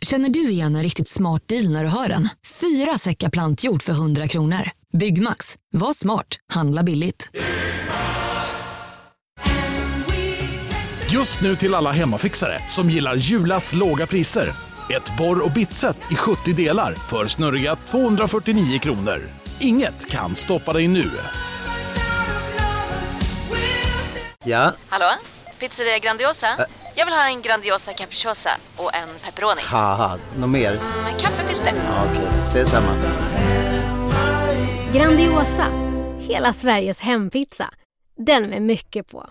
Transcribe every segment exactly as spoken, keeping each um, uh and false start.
Känner du igen en riktigt smart deal när du hör den? Fyra säckar plantjord för hundra kronor. Byggmax. Var smart. Handla billigt. Just nu till alla hemmafixare som gillar Julas låga priser. Ett borr- och bitset i sjuttio delar för snurriga tvåhundrafyrtionio kronor. Inget kan stoppa dig nu. Ja? Hallå? Pizzeria Grandiosa? Ä- Jag vill ha en Grandiosa capriciosa och en pepperoni. Haha, något mer? Mm, kaffefilter. Ja, okej, okay. Ses samma. Grandiosa, hela Sveriges hempizza. Den med mycket på.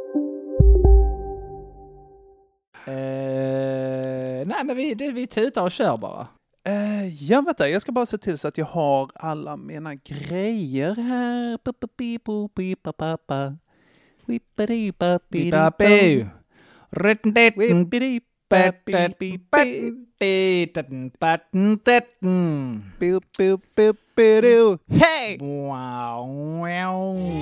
Eh, nej, men vi, det, vi tutar och kör bara. Uh, ja, vänta. Jag ska bara se till så att jag har alla mina grejer här. Hey! Wow, wow.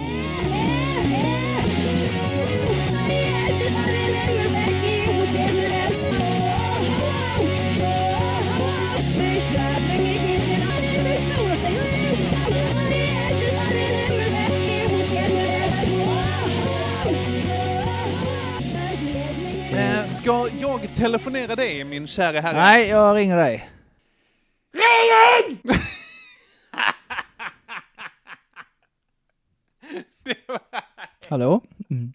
Ska jag telefonera dig, min kära herre? Nej, jag ringer dig. Ring! var... Hallå? Mm.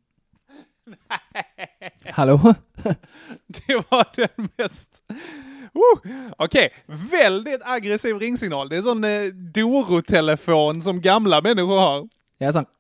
Hallå? Det var den mest... Uh, Okej, okay. Väldigt aggressiv ringsignal. Det är sån eh, Doro-telefon som gamla människor har. Ja, sån...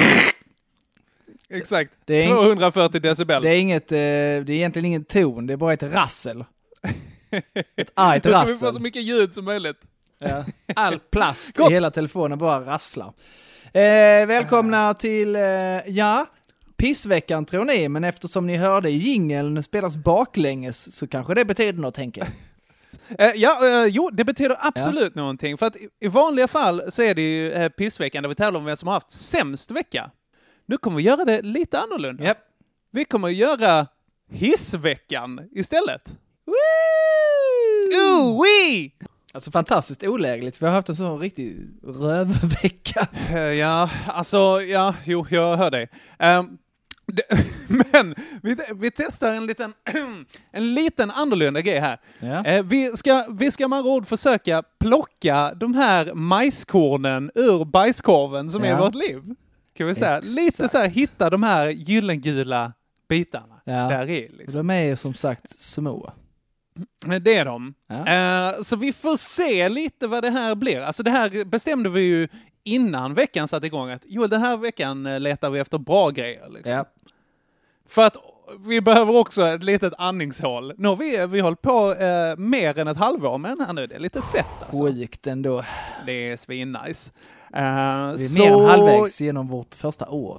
Exakt, det är tvåhundrafyrtio decibel. Det är inget, eh, det är egentligen ingen ton, det är bara ett rassel. Ett argt rassel. Vi får så mycket ljud som möjligt. Ja. All plast i hela telefonen bara rasslar. Eh, välkomna till, eh, ja, pissveckan tror ni, men eftersom ni hörde jingeln spelas baklänges så kanske det betyder något, tänker jag. Eh, ja, eh, jo, det betyder absolut ja. någonting. För att i, i vanliga fall så är det ju eh, pissveckan där vi tävlar om vem som har haft sämst vecka. Nu kommer vi göra det lite annorlunda. Yep. Vi kommer göra hissveckan istället. Woo! Ooh, wee! Alltså fantastiskt olägligt. Vi har haft en sån riktig rövvecka. Uh, ja, alltså, ja, jo, jag hör dig. Um, det, men vi, vi testar en liten, en liten annorlunda grej här. Ja. Uh, vi ska, vi ska med ord försöka plocka de här majskornen ur bajskorven som ja. är vårt liv. Kan vi säga. Exakt. Lite så här, hitta de här gyllengula bitarna. Ja. Där är liksom. De är som sagt små. Det är de. Ja. Uh, så vi får se lite vad det här blir. Alltså det här bestämde vi ju innan veckan satt igång. Att, jo, den här veckan letar vi efter bra grejer. Liksom. Ja. För att vi behöver också ett litet andningshål. Nu har vi, vi hållit på uh, mer än ett halvår med den här nu. Det är lite fett alltså. Sjukt ändå. Det är svinnice. Uh, vi är så... mer än halvvägs genom vårt första år.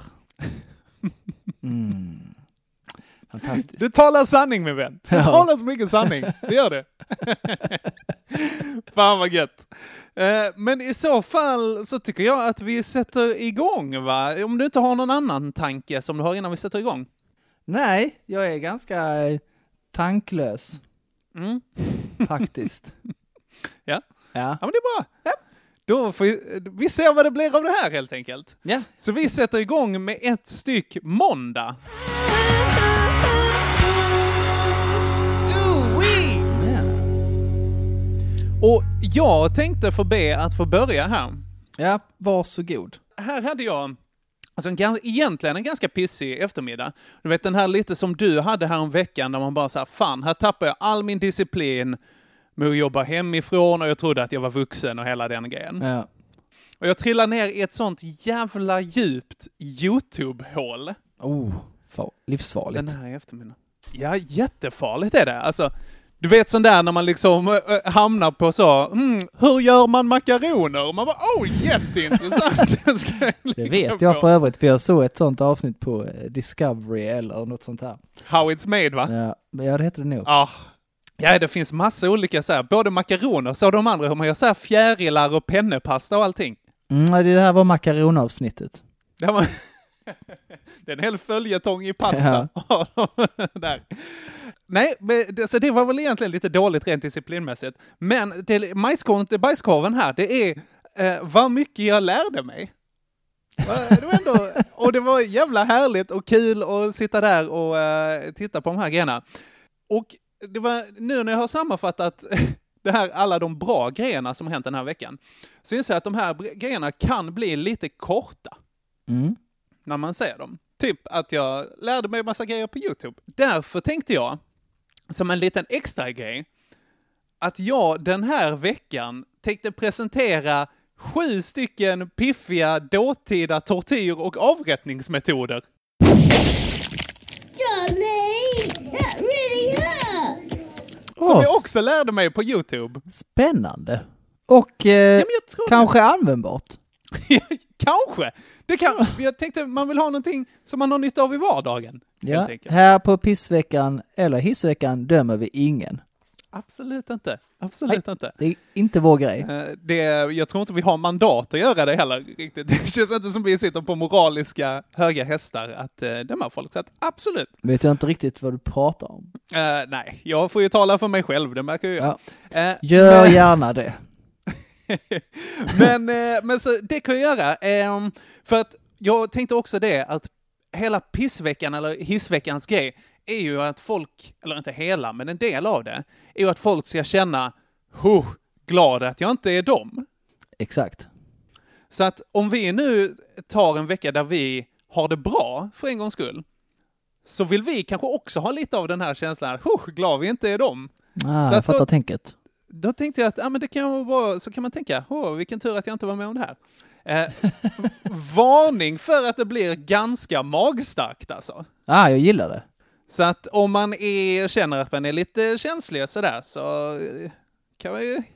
Mm. Fantastiskt. Du talar sanning, min vän. Du ja. talar så mycket sanning. Det gör det. Fan vad gött. Uh, men i så fall så tycker jag att vi sätter igång, va? Om du inte har någon annan tanke som du har innan vi sätter igång. Nej, jag är ganska tanklös. Mm. Faktiskt. Ja. Ja. Ja, men det är bra. Ja. Då får vi, vi ser vad det blir av det här helt enkelt. Ja. Så vi sätter igång med ett styck måndag. Och jag tänkte få be att få börja här. Ja, varsågod. Här hade jag alltså en, egentligen en ganska pissig eftermiddag. Du vet den här lite som du hade här om veckan där man bara så här, fan, här tappar jag all min disciplin med att jobba hemifrån och jag trodde att jag var vuxen och hela den grejen. Ja. Och jag trillade ner i ett sånt jävla djupt YouTube-hål. Oh, far- livsfarligt. Den här eftermiddagen. Ja, jättefarligt är det. Alltså, du vet sån där när man liksom äh, hamnar på så, mm, hur gör man makaroner? Och man bara, oh, jätteintressant. Det, ska jag det vet jag på. För övrigt, för jag såg ett sånt avsnitt på Discovery eller något sånt här. How it's made, va? Ja, ja det heter det nog. Ja. Ja, det finns massa olika så här, både makaroner, så de andra, hur man gör så här fjärilar och pennepasta och allting. Mm, det här var makaronavsnittet. Det, var det är en hel följetong i pasta. Ja. Där. nej, det, så det var väl egentligen lite dåligt rent disciplinmässigt. Men det, majskorven, det bajskorven här, det är eh, vad mycket jag lärde mig. Det var ändå, och det var jävla härligt och kul att sitta där och uh, titta på de här grejerna. Och det var nu när jag har sammanfattat det här, alla de bra grejerna som har hänt den här veckan, så inser jag att de här grejerna kan bli lite korta Mm. när man säger dem. Typ att jag lärde mig en massa grejer på YouTube. Därför tänkte jag, som en liten extra grej, att jag den här veckan tänkte presentera sju stycken piffiga dåtida tortyr- och avrättningsmetoder. Johnny, that really hurt. Som Åh, jag också lärde mig på YouTube. Spännande. Och eh, Ja, men jag tror kanske användbart. Kanske. Det kan, jag tänkte man vill ha någonting som man har nytta av i vardagen. Ja. helt enkelt. Här på pissveckan eller hissveckan dömer vi ingen. Absolut inte. Absolut inte. Det är inte vår grej. Eh, Det, jag tror inte vi har mandat att göra det heller riktigt. Det känns inte som vi sitter på moraliska höga hästar att uh, döma folk. Så att absolut. Vet jag inte riktigt vad du pratar om. Uh, nej, jag får ju tala för mig själv, det märker ju jag. Ja. Uh, Gör men, gärna det. men, uh, men så det kan jag göra. Um, för att jag tänkte också det att hela pissveckan eller hissveckans grej är ju att folk, eller inte hela, men en del av det, är ju att folk ska känna huh, glad att jag inte är dem. Exakt. Så att om vi nu tar en vecka där vi har det bra för en gångs skull, så vill vi kanske också ha lite av den här känslan, huh, glad vi inte är dem. Ah, Så jag att fattar då- tänket. Då tänkte jag att ja, men det kan vara, så kan man tänka, oh, vilken tur att jag inte var med om det här. Eh, varning för att det blir ganska magstarkt alltså. Ah, jag gillar det. Så att om man är, känner att man är lite känslig och sådär, så eh, kan man ju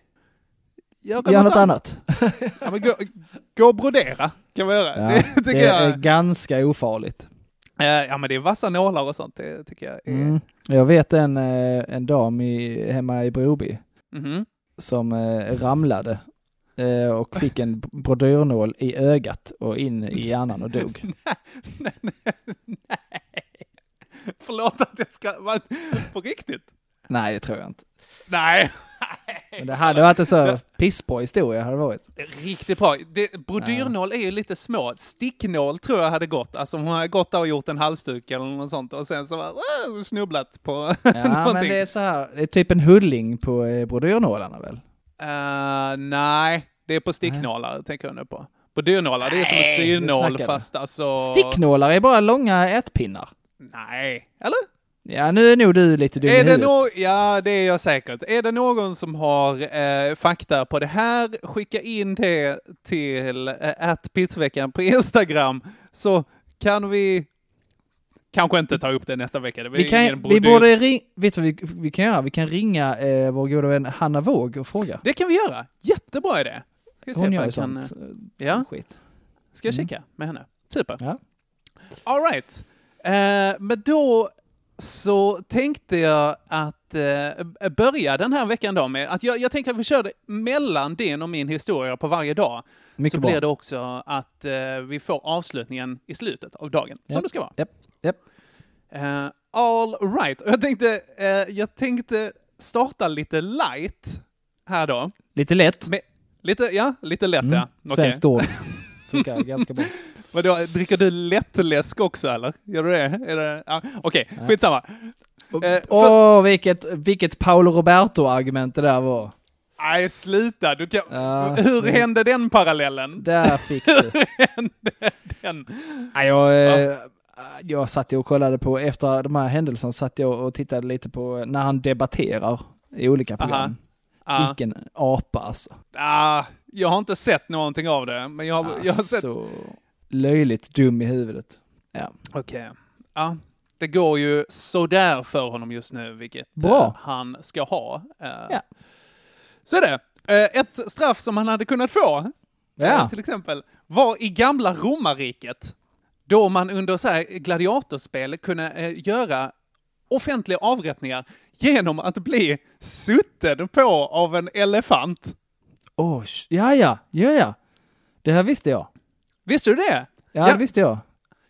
göra Gör något annat. Ja, men gå, gå och brodera kan man göra. Ja, det tycker det jag. är ganska ofarligt. Eh, ja, men det är vassa nålar och sånt, det tycker jag är... Mm. Jag vet en, eh, en dam i, hemma i Broby Mhm. som eh, ramlade eh, och fick en brodyrnål i ögat och in i hjärnan och dog. nej, nej, nej. Förlåt att jag ska... Vad, på riktigt? Nej, det tror jag inte. Nej. Men det hade varit en så pissbra historia hade det varit. Riktigt bra. Det, brodyrnål är ju lite små. Sticknål tror jag hade gått. Alltså hon hade gått där och gjort en halsduk eller något sånt. Och sen så var uh, snubblat på Ja, någonting. men det är så här, det är typ en hulling på eh, brodyrnålarna väl? Uh, nej, det är på sticknålar tänker jag nu på. Brodyrnålar, det är som en Nej, nu synål snackar du. fast alltså... Sticknålar är bara långa ätpinnar. Nej, eller? Ja, nu är nog du lite dum i Är det huvudet. no- ja, det är jag säkert. Är det någon som har eh, fakta på det här, skicka in det till eh, at pissveckan på Instagram, så kan vi kanske inte ta upp det nästa vecka. Det blir Vi, kan, ingen vi brodyr. borde ring, vet du vad vi, vi kan göra? Vi kan ringa eh, vår goda vän Hanna Våg och fråga. Det kan vi göra. Jättebra idé. Ska vi se Hon om gör jag ju kan, sånt. eh, ja. Skit. Ska jag Mm. kika med henne? Super. Ja. All right. Eh, men då så tänkte jag att eh, börja den här veckan då med att jag, jag tänker att vi kör det mellan din och min historia på varje dag. Mycket så bra. blir det också att eh, vi får avslutningen i slutet av dagen, som Japp. det ska vara. Japp, japp. Eh, all right. Och jag tänkte, eh, jag tänkte starta lite light här då. Lite lätt. Med, lite, ja, lite lätt Mm. ja. Okej. Svenskt ord. Funkar ganska bra. Vadå, dricker du lättläsk också eller? Gör du det? Är det ja, Okej, Nej. skitsamma. Åh, Eh, oh, vilket, vilket Paolo Roberto-argument det där var. Nej, sluta. Du kan... Ja, Hur det- hände den parallellen? Där fick du. Hur hände den? Nej, jag, eh, jag satt ju och kollade på, efter de här händelserna satt jag och tittade lite på när han debatterar i olika program. Ah, Vilken apa alltså. ah, jag har inte sett någonting av det, men jag, har- jag har sett... Så löjligt dum i huvudet. Ja. Okej. Ja, det går ju sådär för honom just nu, vilket Bra. eh, han ska ha. Eh, Ja. Så är det. Eh, ett straff som han hade kunnat få, Ja. eh, till exempel, var i gamla romarriket. Då man under så här gladiatorspel kunde eh, göra offentliga avrättningar genom att bli sutten på av en elefant. Oh, ja, ja, ja, ja. Det här visste jag. Visste du det? Ja, Ja. det visste jag.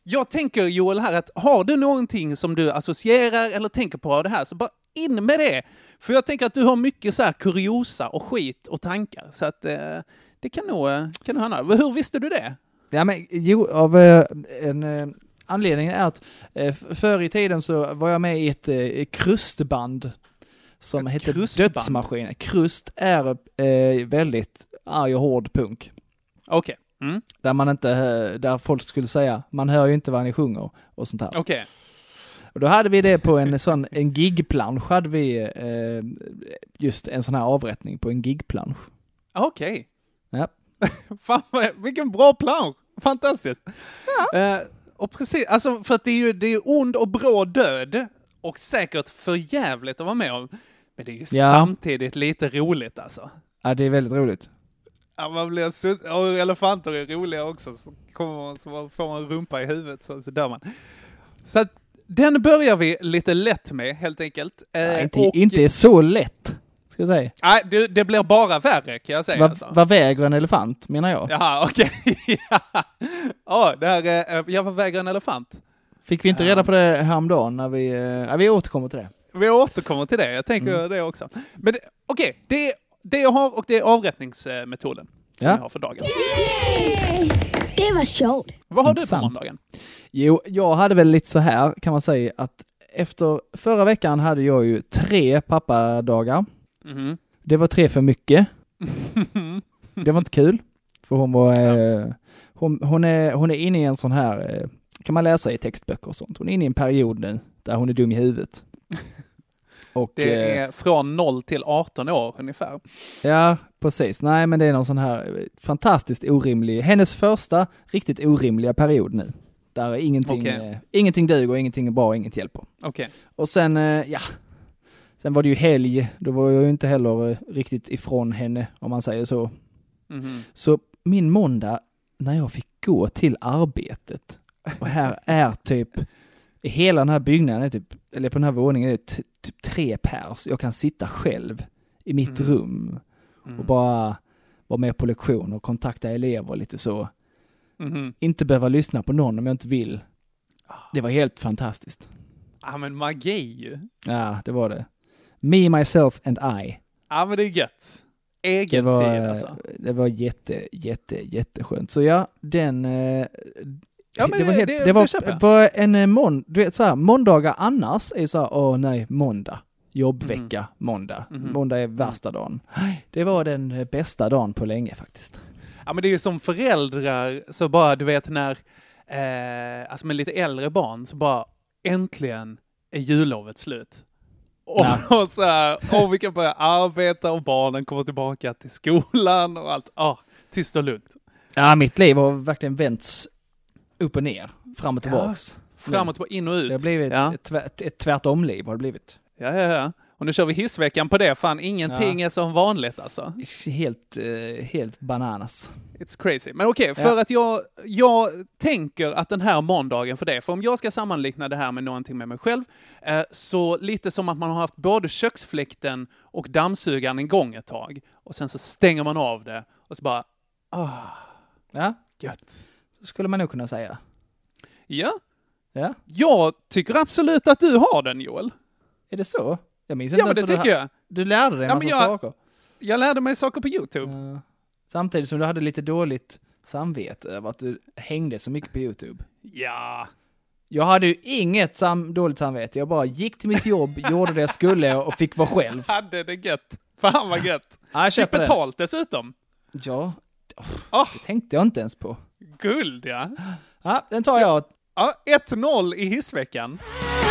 Jag tänker, Joel, här att har du någonting som du associerar eller tänker på av det här, så bara in med det. För jag tänker att du har mycket så här kuriosa och skit och tankar. Så att eh, det kan nog, kan nog handla. Hur visste du det? Ja, men jo, av eh, en eh, anledning är att eh, förr i tiden så var jag med i ett eh, krustband som ett hette krustband. Dödsmaskin. Krust är eh, väldigt arg och hård punk. Okej. Okay. Mm. Där man inte, där folk skulle säga, man hör ju inte vad ni sjunger och sånt här. Okej. Okay. Och då hade vi det på en sån, en gigplansch hade vi eh, just en sån här avrättning på en gigplansch. Okej. Okay. Ja. Fan, vilken bra plansch. Fantastiskt. Ja. Eh, och precis, alltså för att det är ju det är ond och bra död och säkert för jävligt att vara med om. Men det är ju ja. samtidigt lite roligt alltså. Ja, det är väldigt roligt. Ja, man blir sutt- och elefanter är roliga också, så, kommer man, så får man rumpa i huvudet så, så dör man. Så att den börjar vi lite lätt med, helt enkelt. Nej, inte, och, inte så lätt, ska jag säga. Nej, det, det blir bara värre, kan jag säga. Vad alltså. va väger en elefant, menar jag? Jaha, okej. Okay. ja, oh, det här, jag vad väger en elefant? Fick vi inte reda på det häromdagen när vi... Ja, vi återkommer till det. Vi återkommer till det, jag tänker mm. det också. Men okej, okay, det, det jag har och det är avrättningsmetoden som ja. jag har för dagen. Yay! Det var short. Vad har du på måndagen? Jo, jag hade väl lite så här, kan man säga, att efter förra veckan hade jag ju tre pappadagar. Mm. Det var tre för mycket. Det var inte kul. För hon var... Ja. Eh, hon, hon, är, hon är inne i en sån här... Eh, kan man läsa i textböcker och sånt. Hon är inne i en period nu där hon är dum i huvudet. Och, det är från noll till arton år ungefär. Ja, precis. Nej, men det är någon sån här fantastiskt orimlig... Hennes första riktigt orimliga period nu. Där ingenting, okay. eh, ingenting duger, ingenting är bra, inget hjälper. Okay. Och sen, eh, ja... Sen var det ju helg. Då var jag ju inte heller eh, riktigt ifrån henne, om man säger så. Mm-hmm. Så min måndag, när jag fick gå till arbetet... Och här är typ... I hela den här byggnaden, är typ, eller på den här våningen är det t- typ tre pers. Jag kan sitta själv i mitt mm. rum mm. och bara vara med på lektion och kontakta elever och lite så. Mm. Inte behöva lyssna på någon om jag inte vill. Det var helt fantastiskt. Ja, men magi ju. Ja, det var det. Me, myself and I. Ja, men det är gött. Egen det var, tid alltså. Det var jätte, jätte, jätteskönt. Så ja, den... Eh, Ja, men det var, helt, det, det var, var en mån, du vet så här, måndagar annars är så här, åh nej, måndag, jobbvecka, mm. måndag. Mm. Måndag är värsta dagen. Det var den bästa dagen på länge faktiskt. Ja, men det är ju som föräldrar, så bara du vet när, eh, alltså med lite äldre barn, så bara äntligen är jullovet slut. Och, ja. och så här, och vi kan börja arbeta och barnen kommer tillbaka till skolan och allt. Ja, ah, tyst och lugnt. Ja, mitt liv har verkligen vänts upp och ner, fram och tillbaks. Ja, fram och tillbaka, in och ut. Det har blivit ja. ett, tvärt, ett tvärtomliv har det blivit. Ja, ja, ja. Och nu kör vi hissveckan på det. Fan, ingenting ja. är som vanligt alltså. Helt, eh, helt bananas. It's crazy. Men okej, okay, för ja. att jag, jag tänker att den här måndagen för det, för om jag ska sammanlikna det här med någonting med mig själv, eh, så lite som att man har haft både köksfläkten och dammsugaren en gång ett tag. Och sen så stänger man av det och så bara, ah, ja. gött. Så skulle man nog kunna säga. Ja. Ja. Jag tycker absolut att du har den, Joel. Är det så? Jag minns inte ja, men det tycker du, jag. Du lärde dig en ja, massa jag, saker. Jag lärde mig saker på YouTube. Uh, samtidigt som du hade lite dåligt samvete över att du hängde så mycket på YouTube. Ja. Jag hade ju inget sam- dåligt samvete. Jag bara gick till mitt jobb, gjorde det jag skulle och fick vara själv. Hade det gött. Fan vad gött. Ja, jag fick betalt det. dessutom. Ja. Oh, det tänkte jag inte ens på. Guld, ja. Ja, den tar jag. Ja, ett noll i hissveckan.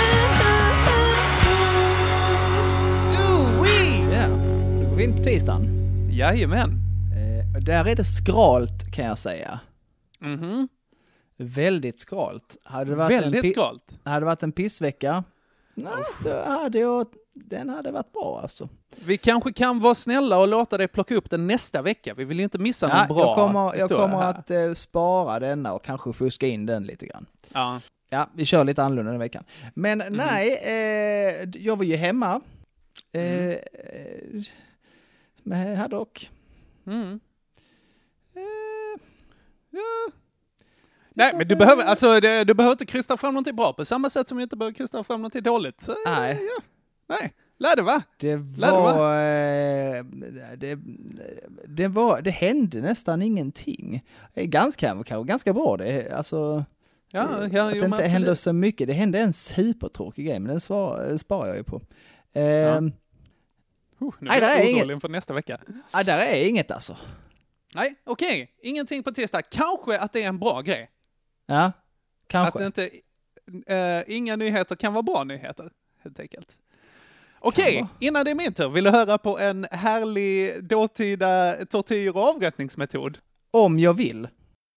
Ja, då går vi in på tisdagen. Jajamän. Eh, där är det skralt, kan jag säga. Mhm. Väldigt skralt. Hade det varit Väldigt en pi- skralt. Hade det varit en pissvecka, nej, då hade jag, den hade varit bra alltså. Vi kanske kan vara snälla och låta dig plocka upp den nästa vecka. Vi vill inte missa någon ja, bra jag kommer, jag kommer här. att eh, spara denna och kanske fuska in den lite grann. Ja. Ja, vi kör lite annorlunda den veckan. Men mm. nej, eh, jag var ju hemma. Eh, mm. Med Haddock. Mm. Eh, ja. Nej, men du behöver, alltså, det, du behöver inte krysta fram någonting bra på samma sätt som du inte behöver krysta fram någonting dåligt. Så, Nej. Ja. Nej, lär det va? Det Lär det var, va? eh, det, det var, det hände nästan ingenting. Det är ganska, kanske ganska bra det, alltså. Ja, ja, att jo, det inte men hände absolut. så mycket. Det hände en supertråkig grej, men den svar, sparar jag ju på. Eh, Ja. Uh, nu Nej, är det är jag inget. orolig inför nästa vecka. ah, där är inget alltså. Nej, okej. Okay. Ingenting på tisdag. Kanske att det är en bra grej. Ja, kanske. Att det inte, uh, inga nyheter kan vara bra nyheter, helt enkelt. Okej, okay. Innan det är min tur, vill du höra på en härlig dåtida tortyr- och avrättningsmetod? Om jag vill.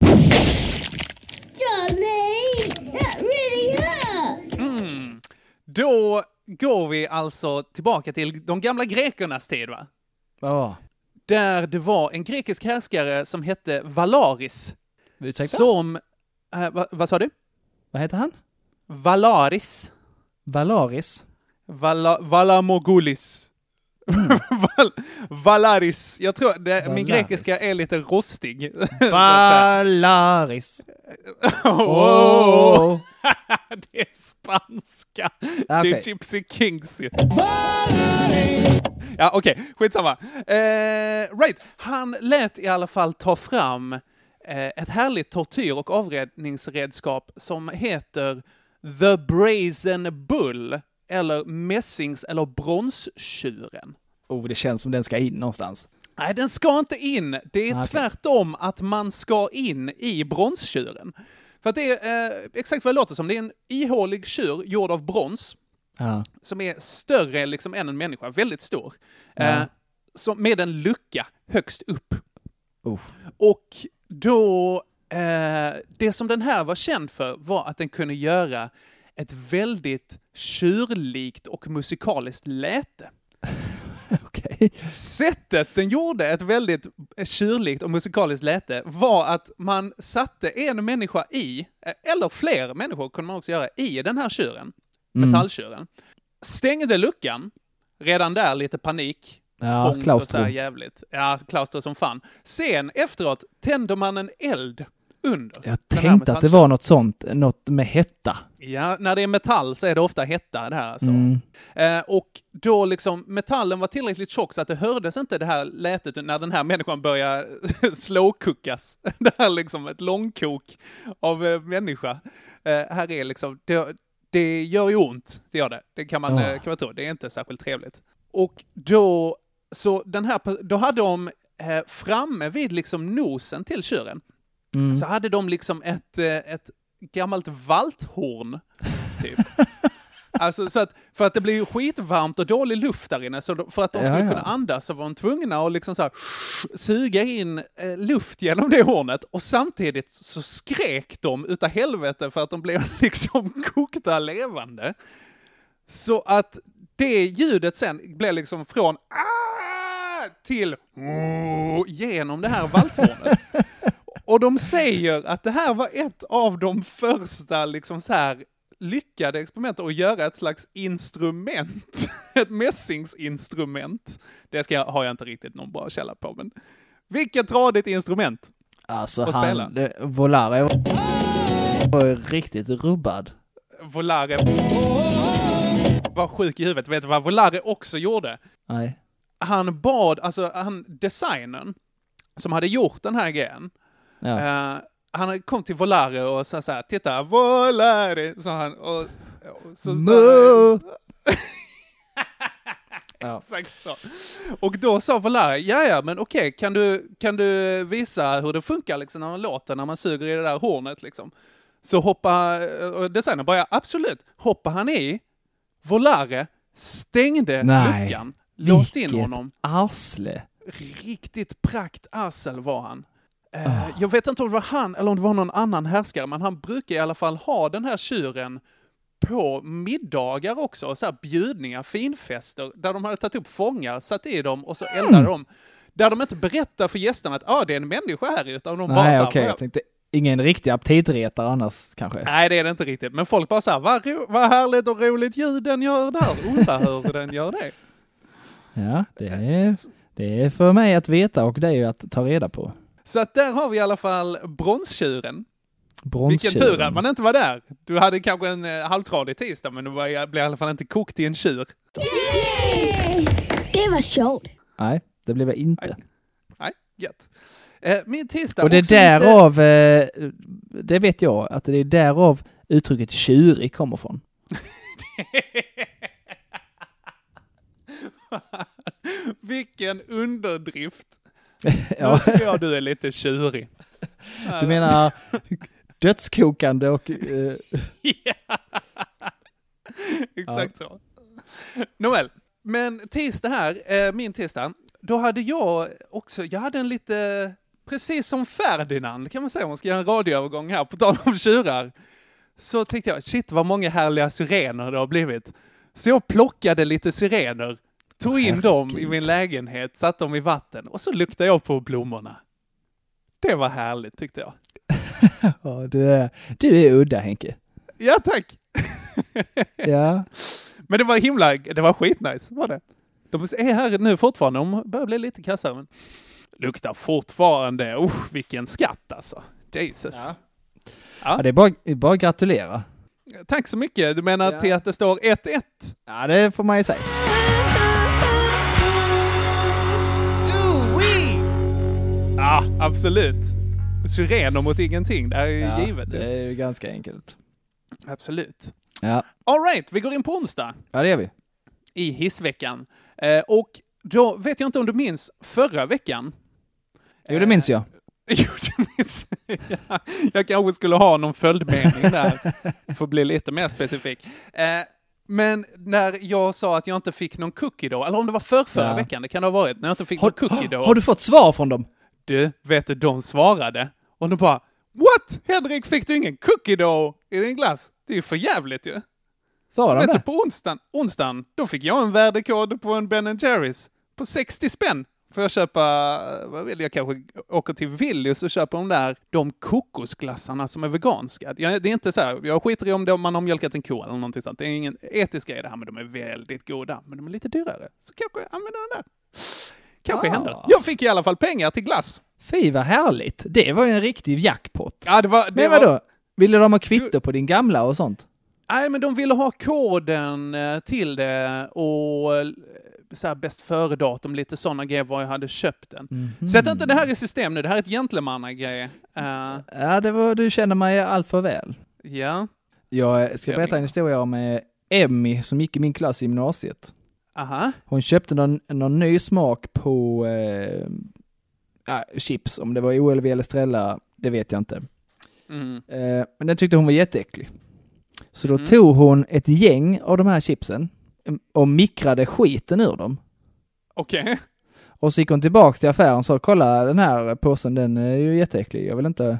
Johnny, that really hurt. Mm. Då går vi alltså tillbaka till de gamla grekernas tid, va? Ja. Där det var en grekisk härskare som hette Valaris. Ursäkta? Som, äh, va, vad sa du? Vad heter han? Valaris. Valaris. Vala, Valamogulis. Val, Valaris. Jag tror det, min grekiska är lite rostig. Valaris. Oh. Det är spanska. Okay. Det är Gypsy Kings ju. Ja, okej. Okay. Skitsamma. Eh, right. Han lät i alla fall ta fram eh, ett härligt tortyr- och avräddningsredskap som heter The Brazen Bull, eller mässings- eller bronstjuren. Oh, det känns som den ska in någonstans. Nej, den ska inte in. Det är okay. tvärtom att man ska in i bronstjuren. För att det är eh, exakt vad det låter som. Det är en ihålig tjur gjord av brons. Ja. Som är större liksom än en människa. Väldigt stor. Ja. Eh, som, med en lucka högst upp. Oh. Och då... Eh, det som den här var känd för var att den kunde göra ett väldigt tjurlikt och musikaliskt läte. Okay. Sättet den gjorde ett väldigt tjurlikt och musikaliskt läte var att man satte en människa i, eller fler människor kunde man också göra, i den här tjuren, mm. metalltjuren. Stängde luckan, redan där lite panik, ja, trångt och så här jävligt. Ja, klaustro som fan. Sen efteråt tände man en eld under. Jag tänkte att det var något sånt, något med hetta. Ja, när det är metall så är det ofta hetta det här alltså. Mm. Eh, och då liksom metallen var tillräckligt tjock så att det hördes inte det här lätet när den här människan börjar slowcookas. Det här liksom ett långkok av eh, människa. Eh, här är liksom, det, det gör ju ont, det gör det. Det kan man, oh. eh, kan man tro, det är inte särskilt trevligt. Och då, så den här, då hade de eh, framme vid liksom nosen till tjuren. Mm. Så hade de liksom ett, ett gammalt valthorn, typ. Alltså, så att, för att det blev ju skitvarmt och dålig luft där inne, så då, för att de skulle ja, ja. kunna andas så var de tvungna att liksom så här, suga in eh, luft genom det hornet, och samtidigt så skrek de utav helvete för att de blev liksom kokta levande. Så att det ljudet sen blev liksom från ah! till oh! genom det här valthornet. Och de säger att det här var ett av de första liksom så här lyckade experimenten att göra ett slags instrument. Ett mässingsinstrument. Det ska jag, har jag inte riktigt någon bra källa på, men vilket tradigt instrument. Alltså han, det, Volare var riktigt rubbad. Volare var sjuk i huvudet. Vet du vad Volare också gjorde? Nej. Han bad, alltså han, designern som hade gjort den här grejen, ja. uh, han kom till Volare och sa så här: titta, Volare, sa han. Och, och så sa ja. Exakt så. Och då sa Volare, ja ja, men okej, okay, kan du, kan du visa hur det funkar liksom när man låter, när man suger i det där hornet liksom. Så hoppa, och designern bara, absolut, hoppa han i, Volare stängde Nej. luckan, låst in honom. Arsle. Riktigt prakt arsel var han. Uh, oh. Jag vet inte om det var han eller om det var någon annan härskare, men han brukar i alla fall ha den här tjuren på middagar också, så här bjudningar, finfester, där de hade tagit upp fångar, satt i dem och så mm. eldade de. Där de inte berättar för gästerna att ah, det är en människa här, utan de Nej, bara så här, okay. Jag tänkte, ingen riktig aptitretare annars kanske. Nej, det är det inte riktigt. Men folk bara så här, vad, ro- vad härligt och roligt ljud den gör där. Undrar hur den gör det. Ja, det är, det är för mig att veta och det är ju att ta reda på. Så att där har vi i alla fall bronstjuren. Vilken tur att man inte var där. Du hade kanske en eh, halvtradig tisdag, men du var, blev i alla fall inte kokt i en tjur. Yay! Det var short. Nej, det blev jag inte. Nej, Nej gött. Eh, min tisdag... Och det också därav, lite... eh, det vet jag, att det är därav uttrycket tjurig kommer från. Vilken underdrift. Ja. Nu tycker jag du är lite tjurig. Du menar dödskokande och... Eh... Exakt ja. Så. Nåväl, men tisdag här, eh, min tisdag, då hade jag också, jag hade en lite, precis som Ferdinand kan man säga, om man ska göra en radioövergång här på tal om tjurar. Så tänkte jag, shit vad många härliga sirener det har blivit. Så jag plockade lite sirener, tog in Herregud. dem i min lägenhet, satt dem i vatten och så luktade jag på blommorna. Det var härligt tyckte jag. Ja, du är, du är udda Henke. Ja, tack. Ja. Men det var himla, det var skitnice, var det. De är här nu fortfarande, de börjar bli lite kassare, men luktar fortfarande, oh, vilken skatt alltså. Jesus. Ja. Ja. Ja, det är bara, bara att gratulera. Tack så mycket. Du menar ja. till att det står ett ett? Ja, det får man ju säga. Ja, absolut. Syrener mot ingenting, det är ju ja, givet. Det är ju ganska enkelt. Absolut. Ja. All right, vi går in på onsdag. Ja, det gör vi. I hissveckan. Eh, och då vet jag inte om du minns förra veckan. Jo, det minns jag. Jo, det minns jag. Jag kanske skulle ha någon följdmening där. För att bli lite mer specifik. Eh, men när jag sa att jag inte fick någon cookie då, eller om det var för förra ja. veckan, det kan det ha varit, när jag inte fick har, någon cookie då. Har du fått svar från dem? Du, vet du, de svarade. Och de bara, what? Henrik, fick du ingen cookie då i din glass? Det är ju för jävligt ju. Så vet du, på onsdagen, onsdagen, då fick jag en värdekod på en Ben and Jerry's på sextio spänn. Får jag köpa, vad vill jag kanske åka till Willys och köpa de där, de kokosglassarna som är veganska. Jag, det är inte så här, jag skiter i om det, man har mjölkat en ko eller någonting sånt. Det är ingen etisk grej det här, men de är väldigt goda. Men de är lite dyrare, så kanske jag använder den där. Kanske ah. händer. Jag fick i alla fall pengar till glass. Fy vad härligt. Det var ju en riktig jackpot. Ja, det var... Det men vadå? Var... Ville de ha kvitto på din gamla och sånt? Nej, men de ville ha koden till det och så här bäst före datum, lite sådana grejer var jag hade köpt den. Mm-hmm. Sätt inte det här i system nu, det här är ett gentlemanna-grej. Uh, ja, det var, du känner mig allt för väl. Ja. Jag ska berätta en historia om Emmy som gick i min klass i gymnasiet. Aha. Hon köpte någon, någon ny smak på eh, äh, chips, om det var O L V eller Estrella, det vet jag inte. Mm. Eh, men den tyckte hon var jätteäcklig. Så då mm. tog hon ett gäng av de här chipsen och mikrade skiten ur dem. Okej. Okay. Och så gick hon tillbaka till affären och sa, kolla den här påsen, den är ju jätteäcklig. Jag vill inte...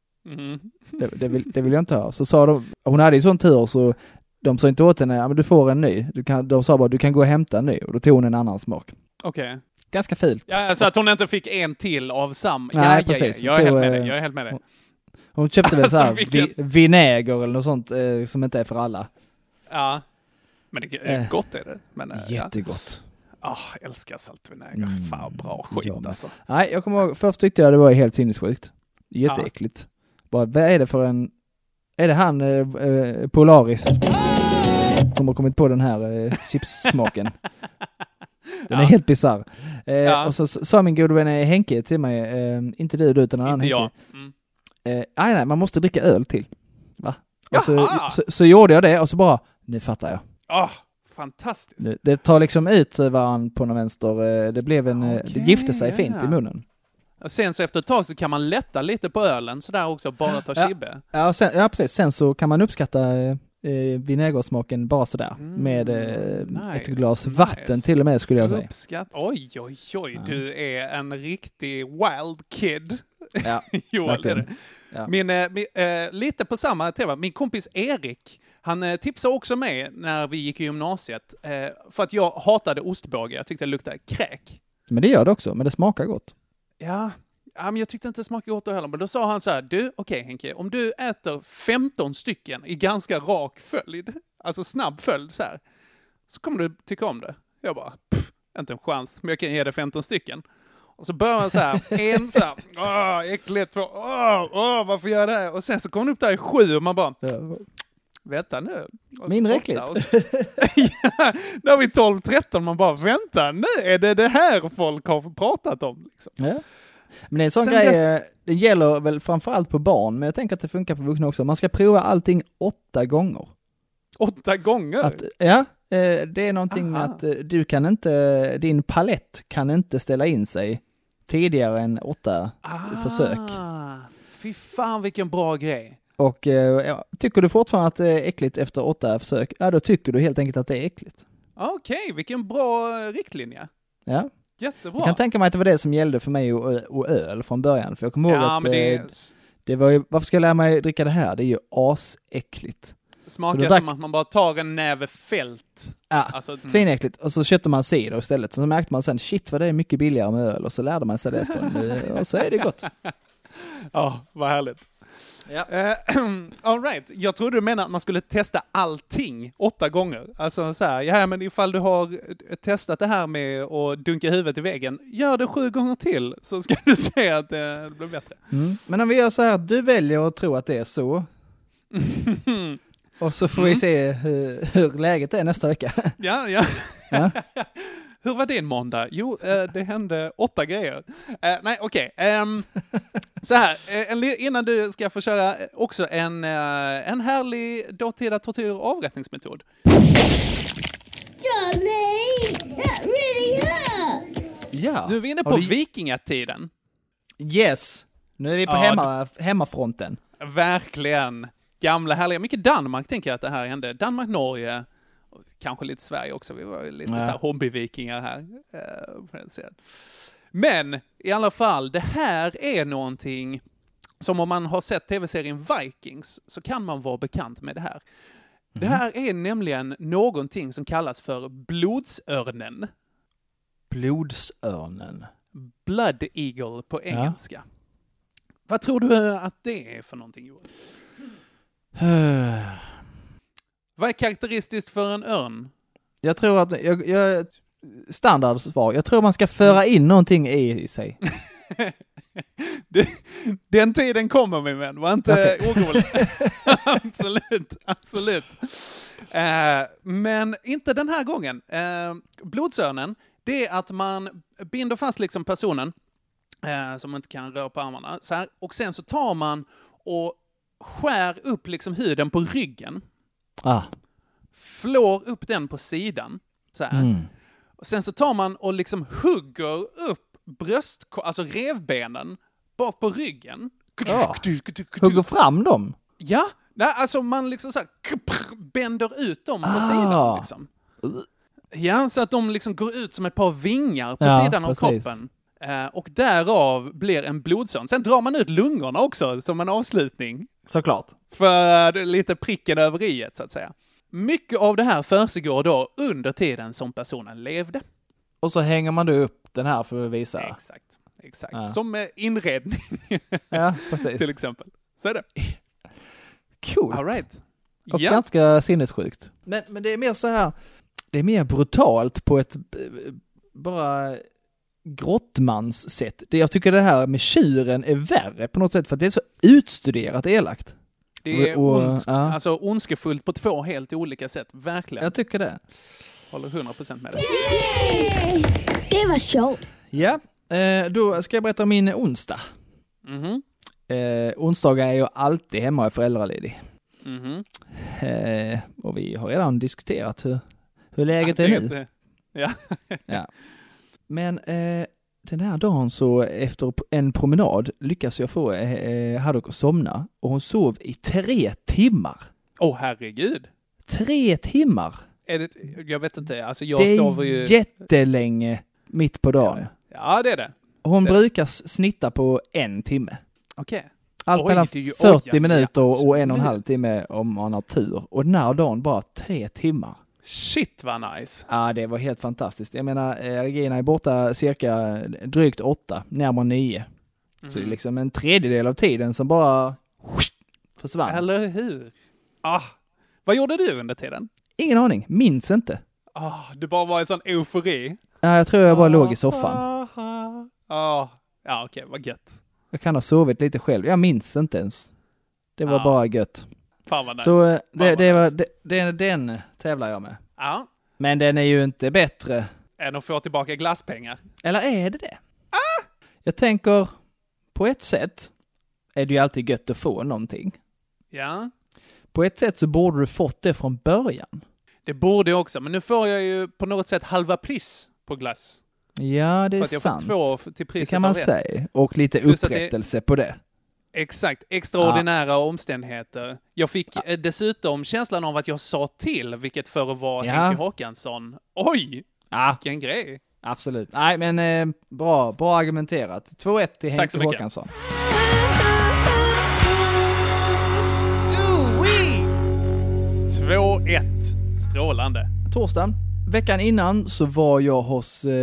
Mm. Det, det, vill, det vill jag inte ha. Så sa de, hon hade ju sån tur så de sa inte åt henne, ja, men du får en ny. Du kan, de sa bara, du kan gå och hämta en ny. Och då tog hon en annan smak. Okej. Okay. Ganska fult. Ja, så att hon inte fick en till av sam. Nej, ja, precis. Ja, ja. Jag, är helt med dig. Jag är helt med dig. Hon, hon köpte väl alltså, så här vilken... vi, vinäger eller något sånt eh, som inte är för alla. Ja. Men det är eh, gott är det. Men, eh, jättegott. Ja, oh, älskar saltvinäger. Mm. Fan, bra skit ja, alltså. Nej, jag kommer ihåg, först tyckte jag det var helt sinnessjukt. Jätteäckligt. Ja. Bara, vad är det för en... Är det han eh, eh, Polaris som har kommit på den här eh, chipssmaken? Den ja. är helt bizarr. Eh, ja. Och så sa min gode vän Henke till mig, eh, inte du, du utan en annan Inte Henke. jag. Mm. Eh, nej, nej, man måste dricka öl till. Va? Och så, så, så gjorde jag det och så bara, nu fattar jag. Oh, fantastiskt. Det, det tar liksom ut varann på någon vänster. Det blev en, okay, det gifte sig fint ja. i munnen. Och sen så efter ett tag så kan man lätta lite på ölen så där också, bara ta ja. kibbe. Ja, sen, ja, precis. Sen så kan man uppskatta eh, vinägersmaken bara sådär. Mm, med eh, nice, ett glas nice. vatten till och med skulle jag säga. Uppskatt. Oj, oj, oj. Ja. Du är en riktig wild kid. Ja, Joel, är det. Ja. Min, eh, min, eh, lite på samma tema. Min kompis Erik, han eh, tipsade också med när vi gick i gymnasiet. Eh, för att jag hatade ostbåge. Jag tyckte det luktade kräk. Men det gör det också, men det smakar gott. Ja, ja men jag tyckte inte det smakade gott då heller. Men då sa han så här, du, okej okay, Henke, om du äter femton stycken i ganska rak följd, alltså snabb följd så här, så kommer du tycka om det. Jag bara, pff, inte en chans, men jag kan ge det femton stycken. Och så börjar man så här, en så här, åh, äckligt, två, åh, åh, varför gör jag det här? Och sen så kommer man upp där i sju och man bara, Ja. vänta nu. Mindre äckligt. Ja, när vi är tolv tretton, man bara, vänta nu, är det det här folk har pratat om? Liksom. Ja. Men det är en sån Sen grej, dess- det gäller väl framförallt på barn, men jag tänker att det funkar på vuxna också. Man ska prova allting åtta gånger. Åtta gånger? Att, ja, eh, det är någonting med Aha. att eh, du kan inte, din palett kan inte ställa in sig tidigare än åtta ah, försök. Fy fan vilken bra grej. Och eh, ja, tycker du fortfarande att det är äckligt efter åtta försök, ja då tycker du helt enkelt att det är äckligt. Okej, okay, vilken bra riktlinje. Ja. Jättebra. Jag kan tänka mig att det var det som gällde för mig och, och öl från början. För jag kommer ihåg ja, att men det, eh, är... det var ju, varför ska jag lära mig dricka det här? Det är ju asäckligt. smakar drack... som att man bara tar en näve fält. Ja, alltså, mm. svinäckligt. Och så köpte man cider istället. Så märkte man sen, shit vad det är mycket billigare med öl. Och så lärde man sig det. På nu, och så är det gott. Ja, vad härligt. Ja. Uh, all right. Jag trodde du menade att man skulle testa allting åtta gånger. Alltså så här, ja men ifall du har testat det här med att dunka huvudet i väggen, gör det sju gånger till så ska du se att det blir bättre. Mm. Men om vi gör så här, du väljer att tro att det är så. Och så får Mm. vi se hur, hur läget är nästa vecka. Ja, ja. Ja. Hur var det en måndag? Jo, eh, det hände åtta grejer. Eh, nej, okej. Okay. Um, så här, eh, innan du ska få köra också en, eh, en härlig dåtida tortyr- och avrättningsmetod. Johnny, that really hurt. Ja. Nu är vi inne Har på du- vikingatiden. Yes. Nu är vi på Ja, hemma, hemmafronten. Verkligen. Gamla härliga. Mycket Danmark tänker jag att det här hände. Danmark, Norge. Och kanske lite Sverige också. Vi var ju lite Ja. så här hobbyvikingar här. Uh, på den sidan. Men i alla fall, det här är någonting som om man har sett tv-serien Vikings så kan man vara bekant med det här. Det här är nämligen någonting som kallas för blodsörnen. Blodsörnen. Blood Eagle på engelska. Vad tror du att det är för någonting, Johan? Vad är karaktäristiskt för en örn? Jag tror att, jag, jag, standardsvar, jag tror man ska föra in någonting i, i sig. det, den tiden kommer min vän, var inte Okay. orolig. absolut, absolut. Uh, men inte den här gången. Uh, blodsörnen, det är att man binder fast liksom personen uh, som inte kan röra på armarna. Så här, och sen så tar man och skär upp liksom huden på ryggen. Ah. Flår upp den på sidan. Så här. Mm. Och sen så tar man och liksom hugger upp bröst, alltså revbenen bak på ryggen. Ja. Hugger fram dem? Ja, nej, alltså man liksom så här bänder ut dem på Ah. sidan liksom. Ja, så att de liksom går ut som ett par vingar på Ja, sidan av precis. kroppen. Eh, och därav blir en blodsörn. Sen drar man ut lungorna också som en avslutning. Såklart. För lite pricken över iet så att säga. Mycket av det här försiggår då under tiden som personen levde. Och så hänger man då upp den här för att visa. Exakt, exakt. Ja. Som eh, inredning Ja, precis. till exempel. Så är det. Coolt. All right. Och Ja. ganska sinnessjukt. Men, men det är mer så här, det är mer brutalt på ett eh, bara grottmans sätt. Det, jag tycker det här med tjuren är värre på något sätt för att det är så utstuderat elakt. Det är Och- och- ondsk, ja. alltså ondskefullt på två helt olika sätt. Verkligen. Jag tycker det. Håller hundra procent med det. Yay! Det var sjovt. Ja, eh, då ska jag berätta om min onsdag. Mhm. Eh, onsdagar är jag alltid hemma och är föräldraledig. Mhm. Eh, och vi har redan diskuterat hur, hur läget Ja, är det nu. inte- Ja. Ja. Men eh, den här dagen så efter en promenad lyckas jag få eh, Haddock att somna och hon sov i tre timmar. Åh, oh, herregud. Tre timmar! Är det, jag vet inte, alltså jag det sover ju... är jättelänge mitt på dagen. Ja, det är det. Och hon Det- brukar s- snitta på en timme. Okej. Allt Oj, mellan det är ju- fyrtio oj, ja, minuter ja, och en och en absolut. halv timme om man har tur. Och den här dagen bara tre timmar. Shit vad nice. Ja, det var helt fantastiskt. Jag menar, eh, Regina är borta cirka drygt åtta, närmare nio. Så det är liksom en tredjedel av tiden som bara försvann. Eller hur? Ah. Vad gjorde du under tiden? Ingen aning, minns inte. Ah, du bara var i sån eufori. Ja, jag tror jag bara låg i soffan. Ah, ah, Oh. Ja, okej, okay, vad gött. Jag kan ha sovit lite själv. Jag minns inte ens. Det var ja. bara gött. Fan vad nice. Så det, det, det var, nice. det, det, den tävlar jag med. Ja. Men den är ju inte bättre. Än att få tillbaka glasspengar. Eller är det det? Ah! Jag tänker, på ett sätt är det ju alltid gött att få någonting. Ja. På ett sätt så borde du fått det från början. Det borde jag också, men nu får jag ju på något sätt halva pris på glass. Ja, det är för att jag sant. Får två till priset. Det kan man säga. Och lite upprättelse det... på det. Exakt, extraordinära ja. omständigheter. Jag fick ja. dessutom känslan av att jag sa till, vilket för att vara ja. Henke Håkansson. Oj! Ja. Vilken grej. Absolut. Nej, men eh, bra, bra argumenterat. två ett till Henke Håkansson. två ett. Strålande. Torsdagen. Veckan innan så var jag hos... Eh,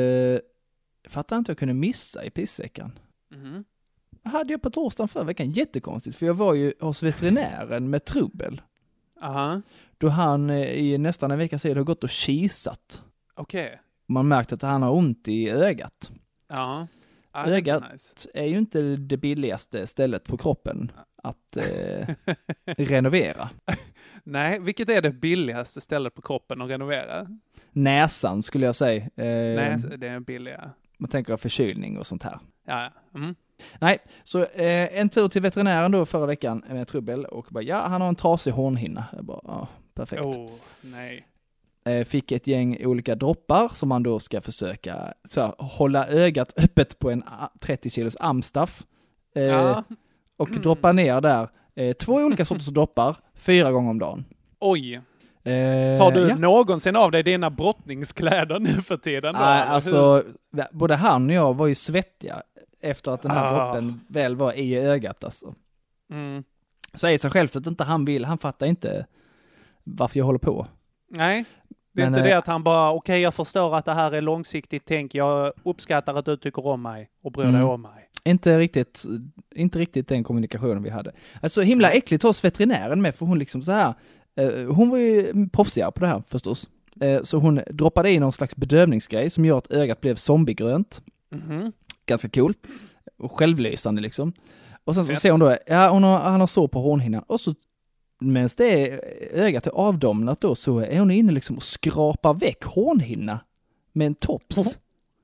jag fattar inte jag kunde missa i pissveckan. Mm. Hade jag på torsdagen förra veckan. Jättekonstigt. För jag var ju hos veterinären med trubbel. Aha. Då han eh, i nästan en vecka sedan har gått och kisat. Okej. Okay. Man märkt att han har ont i ögat. Ja. Ah, ögat är, nice. är ju inte det billigaste stället på kroppen att eh, renovera. Nej, vilket är det billigaste stället på kroppen att renovera? Näsan skulle jag säga. Eh, Näs, det är billiga. Man tänker förkylning och sånt här. Ja, mm. Nej, så eh, en tur till veterinären då förra veckan med trubbel och bara, ja, han har en trasig hornhinna. Jag bara, ja, perfekt. Oh, nej. Eh, fick ett gäng olika droppar som man då ska försöka så här, hålla ögat öppet på en trettio kilos amstaff. Eh, ja. Och mm. droppa ner där. Eh, två olika sorters droppar, fyra gånger om dagen. Oj. Eh, Tar du ja. någonsin av dig dina brottningskläder nu för tiden? Nej, äh, alltså, både han och jag var ju svettiga efter att den här ah. droppen väl var i ögat. Alltså. Mm. Säger sig själv så att inte han vill. Han fattar inte varför jag håller på. Nej, det är Men, inte äh, det att han bara, okej okay, jag förstår att det här är långsiktigt tänk. Jag uppskattar att du tycker om mig och bryr dig mm. om mig. Inte riktigt, inte riktigt den kommunikationen vi hade. Alltså himla äckligt hos veterinären med, för hon liksom så här, eh, hon var ju proffsigare på det här förstås. Eh, så hon droppade in någon slags bedövningsgrej som gör att ögat blev zombiegrönt. Mm-hmm. Ganska coolt. Och självlysande liksom. Och sen så ser hon då, ja hon har, han har så på hornhinnan. Och så, medan det ögat är avdomnat då, så är hon inne liksom och skrapar väck hornhinna med en tops.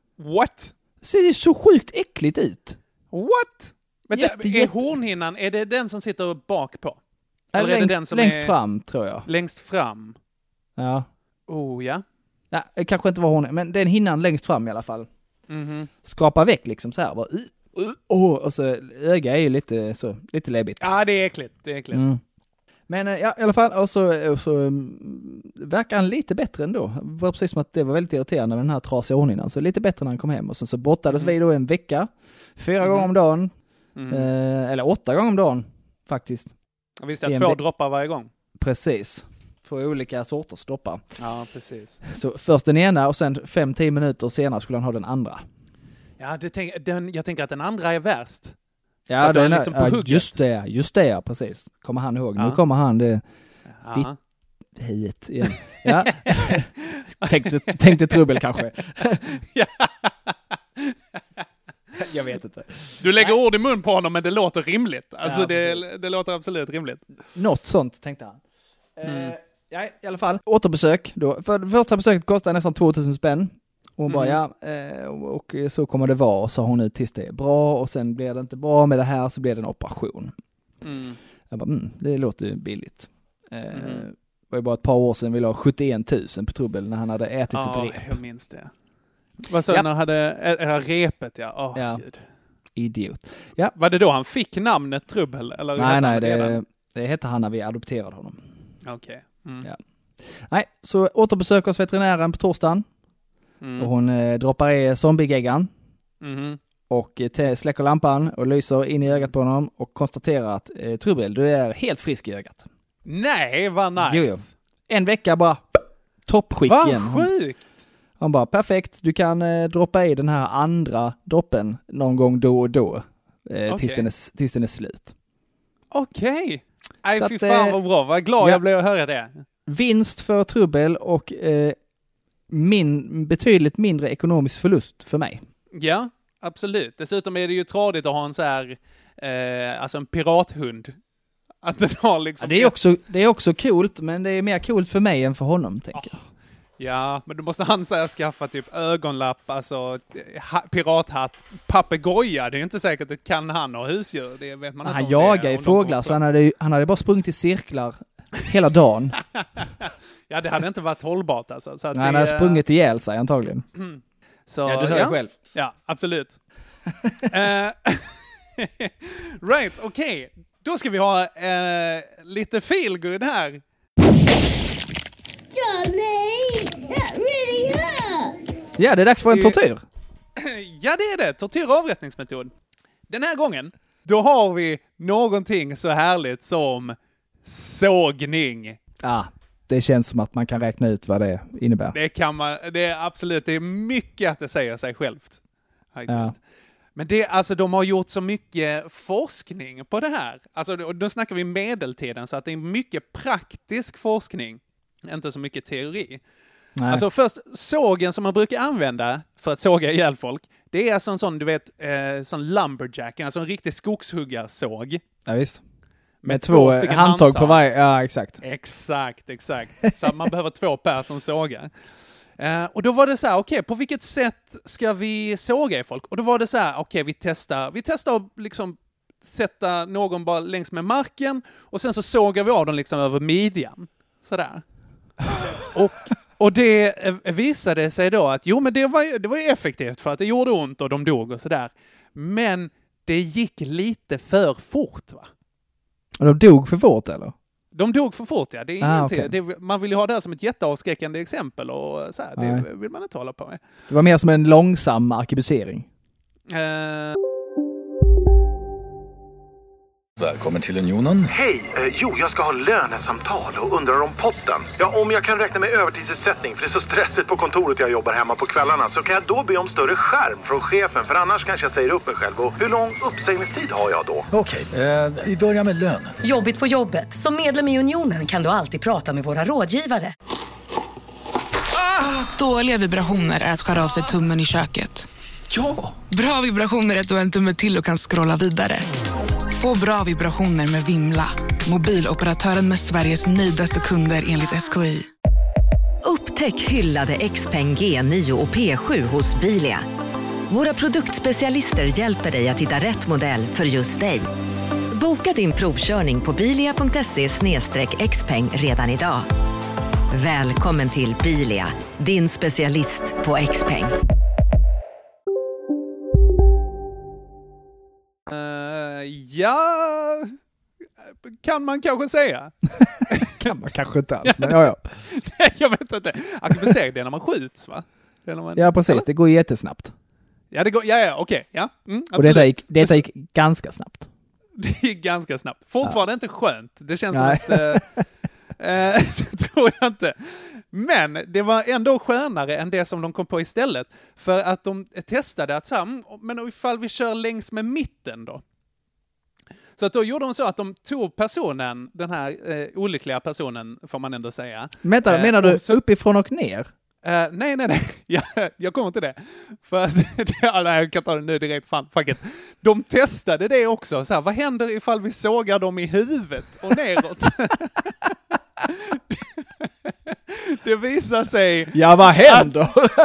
What? Ser det så sjukt äckligt ut. What? Men jätte, det, är jätte... hornhinnan, är det den som sitter bak på? Eller Eller längst, är det den som längst är... fram tror jag. Längst fram? Ja. Oh ja. Ja, kanske inte var hon, men den hinnan längst fram i alla fall. Mm-hmm. Skrapa väck liksom så här. Bara, uh, uh, oh, och så öga är ju lite så, lite läbbigt. Ja, det är äckligt. Det är äckligt. Mm. Men ja, i alla fall, och så, och så um, verkar han lite bättre ändå. Det var precis som att det var väldigt irriterande med den här trasiga hornhinnan. Så lite bättre när han kom hem. Och sen så brottades mm. vi då en vecka. Fyra mm. gånger om dagen. Mm. Eh, eller åtta gånger om dagen, faktiskt. Jag visste att två ve- droppar varje gång. Precis. Två olika sorters droppar. Ja, precis. Så först den ena och sen fem, tio minuter senare skulle han ha den andra. Ja, det tänk, den, jag tänker att den andra är värst. Ja, den, liksom på ja just det, just det, ja, precis. Kommer han ihåg. Ja. Nu kommer han det fitt hit igen. Ja. tänkte, tänkte trubbel kanske. Jag vet inte. Du lägger Nej. ord i mun på honom, men det låter rimligt. Alltså ja, det, det låter absolut rimligt. Något sånt tänkte han. Mm. Eh, ja, i alla fall. Återbesök då. För första besöket kostade nästan tvåtusen spänn. Och hon mm. bara, ja, eh, och så kommer det vara, sa hon nu tills det är bra. Och sen blir det inte bra med det här, så blir det en operation. Mm. Jag bara, mm, det låter billigt. Eh, mm. Det var ju bara ett par år sedan vi la sjuttioen tusen på trubbel när han hade ätit ja, ett rep. Ja, jag minns det. Vad sa ja. när han hade äh, repet, ja. Åh, ja. Gud. Idiot. Ja. Var det då han fick namnet Trubbel? Eller nej, nej, det, det hette han när vi adopterade honom. Okej. Okay. Mm. Ja. Nej, så återbesök hos veterinären på torsdagen. Mm. Och hon eh, droppar i zombiegeggan. Mm. Och eh, släcker lampan och lyser in i ögat på honom och konstaterar att eh, Trubbel, du är helt frisk i ögat. Nej, vad nice. Jo, jo. En vecka bara toppskick igen. Vad sjukt. Han bara, perfekt, du kan eh, droppa i den här andra droppen någon gång då och då. Eh, okay. tills, den är, tills den är slut. Okej. Okay. Nej, fy att, fan eh, vad bra. Vad glad ja, jag blev att höra det. Vinst för Trubbel och eh, min, betydligt mindre ekonomisk förlust för mig. Ja. Absolut. Dessutom är det ju tradigt att ha en så här, eh, alltså en pirathund. Att den har liksom... Ja, det, är också, det är också coolt, men det är mer coolt för mig än för honom, tänker jag. Oh. Ja, men då måste han säga skaffa typ ögonlapp, alltså ha, pirathatt, papegoja. Det är ju inte säkert att kan han ha husdjur. Det vet man han inte jagar i fåglar, så han hade, han hade bara sprungit i cirklar hela dagen. Ja, det hade inte varit hållbart alltså. Så att Nej, han det, hade sprungit ihjäl sig antagligen. Så, ja, du hör ja. själv. Ja, absolut. uh, right, okej. Okay. Då ska vi ha uh, lite feelgood här. Johnny, not really hurt. Ja, det är dags för en tortyr. Ja, det är det. Tortyr och avrättningsmetod. Den här gången, då har vi någonting så härligt som sågning. Ja, det känns som att man kan räkna ut vad det innebär. Det kan man, det är absolut, det är mycket att det säger sig självt. Faktiskt. Ja. Men det, alltså de har gjort så mycket forskning på det här. Alltså då, då snackar vi medeltiden, så att det är mycket praktisk forskning. Inte så mycket teori. Nej. Alltså först, sågen som man brukar använda för att såga ihjäl folk, det är alltså en sån, du vet, eh, sån lumberjack, alltså en riktig skogshuggarsåg. Ja, visst. Med, Med två, två två handtag handtag på varje, ja exakt. Exakt, exakt. Så man behöver två pers som sågar. Uh, och då var det så här, okej, okay, på vilket sätt ska vi såga i folk? Och då var det så här, okej, okay, vi testar, vi testar att liksom sätta någon bara längs med marken och sen så sågar vi av dem liksom över midjan. Sådär. och, och det visade sig då att, jo men det var, det var ju effektivt för att det gjorde ont och de dog och sådär. Men det gick lite för fort, va? Och de dog för fort, eller? De dog för fort, ja. Det är ah, okay. det, man vill ju ha det här som ett jätteavskräckande exempel och så här, det vill man inte hålla på med. Det var mer som en långsam arkebusering. Uh... Välkommen till Unionen. Hej, eh, jo jag ska ha lönesamtal och undrar om potten. Ja, om jag kan räkna med övertidsersättning för det är så stressigt på kontoret jag jobbar hemma på kvällarna, så kan jag då be om större skärm från chefen, för annars kanske jag säger upp mig själv. Och hur lång uppsägningstid har jag då? Okej, eh, vi börjar med lön. Jobbigt på jobbet. Som medlem i Unionen kan du alltid prata med våra rådgivare. Ah! Dåliga vibrationer är att skära av sig tummen i köket. Ja! Bra vibrationer är att du har en tumme till och kan scrolla vidare. Få bra vibrationer med Vimla. Mobiloperatören med Sveriges nöjdaste kunder enligt S K I. Upptäck hyllade Xpeng G nio och P sju hos Bilia. Våra produktspecialister hjälper dig att hitta rätt modell för just dig. Boka din provkörning på bilia punkt se slash xpeng redan idag. Välkommen till Bilia, din specialist på Xpeng. Uh, ja, kan man kanske säga. Kan man kanske inte alls, men ja, ja. Nej, jag vet inte. Arkebusering, det är när man skjuts, va? Det är när man... Ja, precis. Eller? Det går jättesnabbt. Ja, det går, ja, ja, okej. Okay. Ja, mm, och detta gick, detta gick ganska snabbt. Det gick ganska snabbt. Fortfarande ja. Inte skönt. Det känns Nej. som att... Uh, uh, det tror jag inte. Men det var ändå skönare än det som de kom på istället. För att de testade att så här, men ifall vi kör längs med mitten då. Så att då gjorde de så att de tog personen, den här eh, olyckliga personen får man ändå säga. Vänta, eh, menar du så, uppifrån och ner? Eh, nej, nej, nej. jag, jag kommer till det. För att, ja, nej, jag kan ta det nu direkt. Fan, fuck it. De testade det också. Så här, vad händer ifall vi sågar dem i huvudet och neråt? Det visar sig... Ja, vad händer?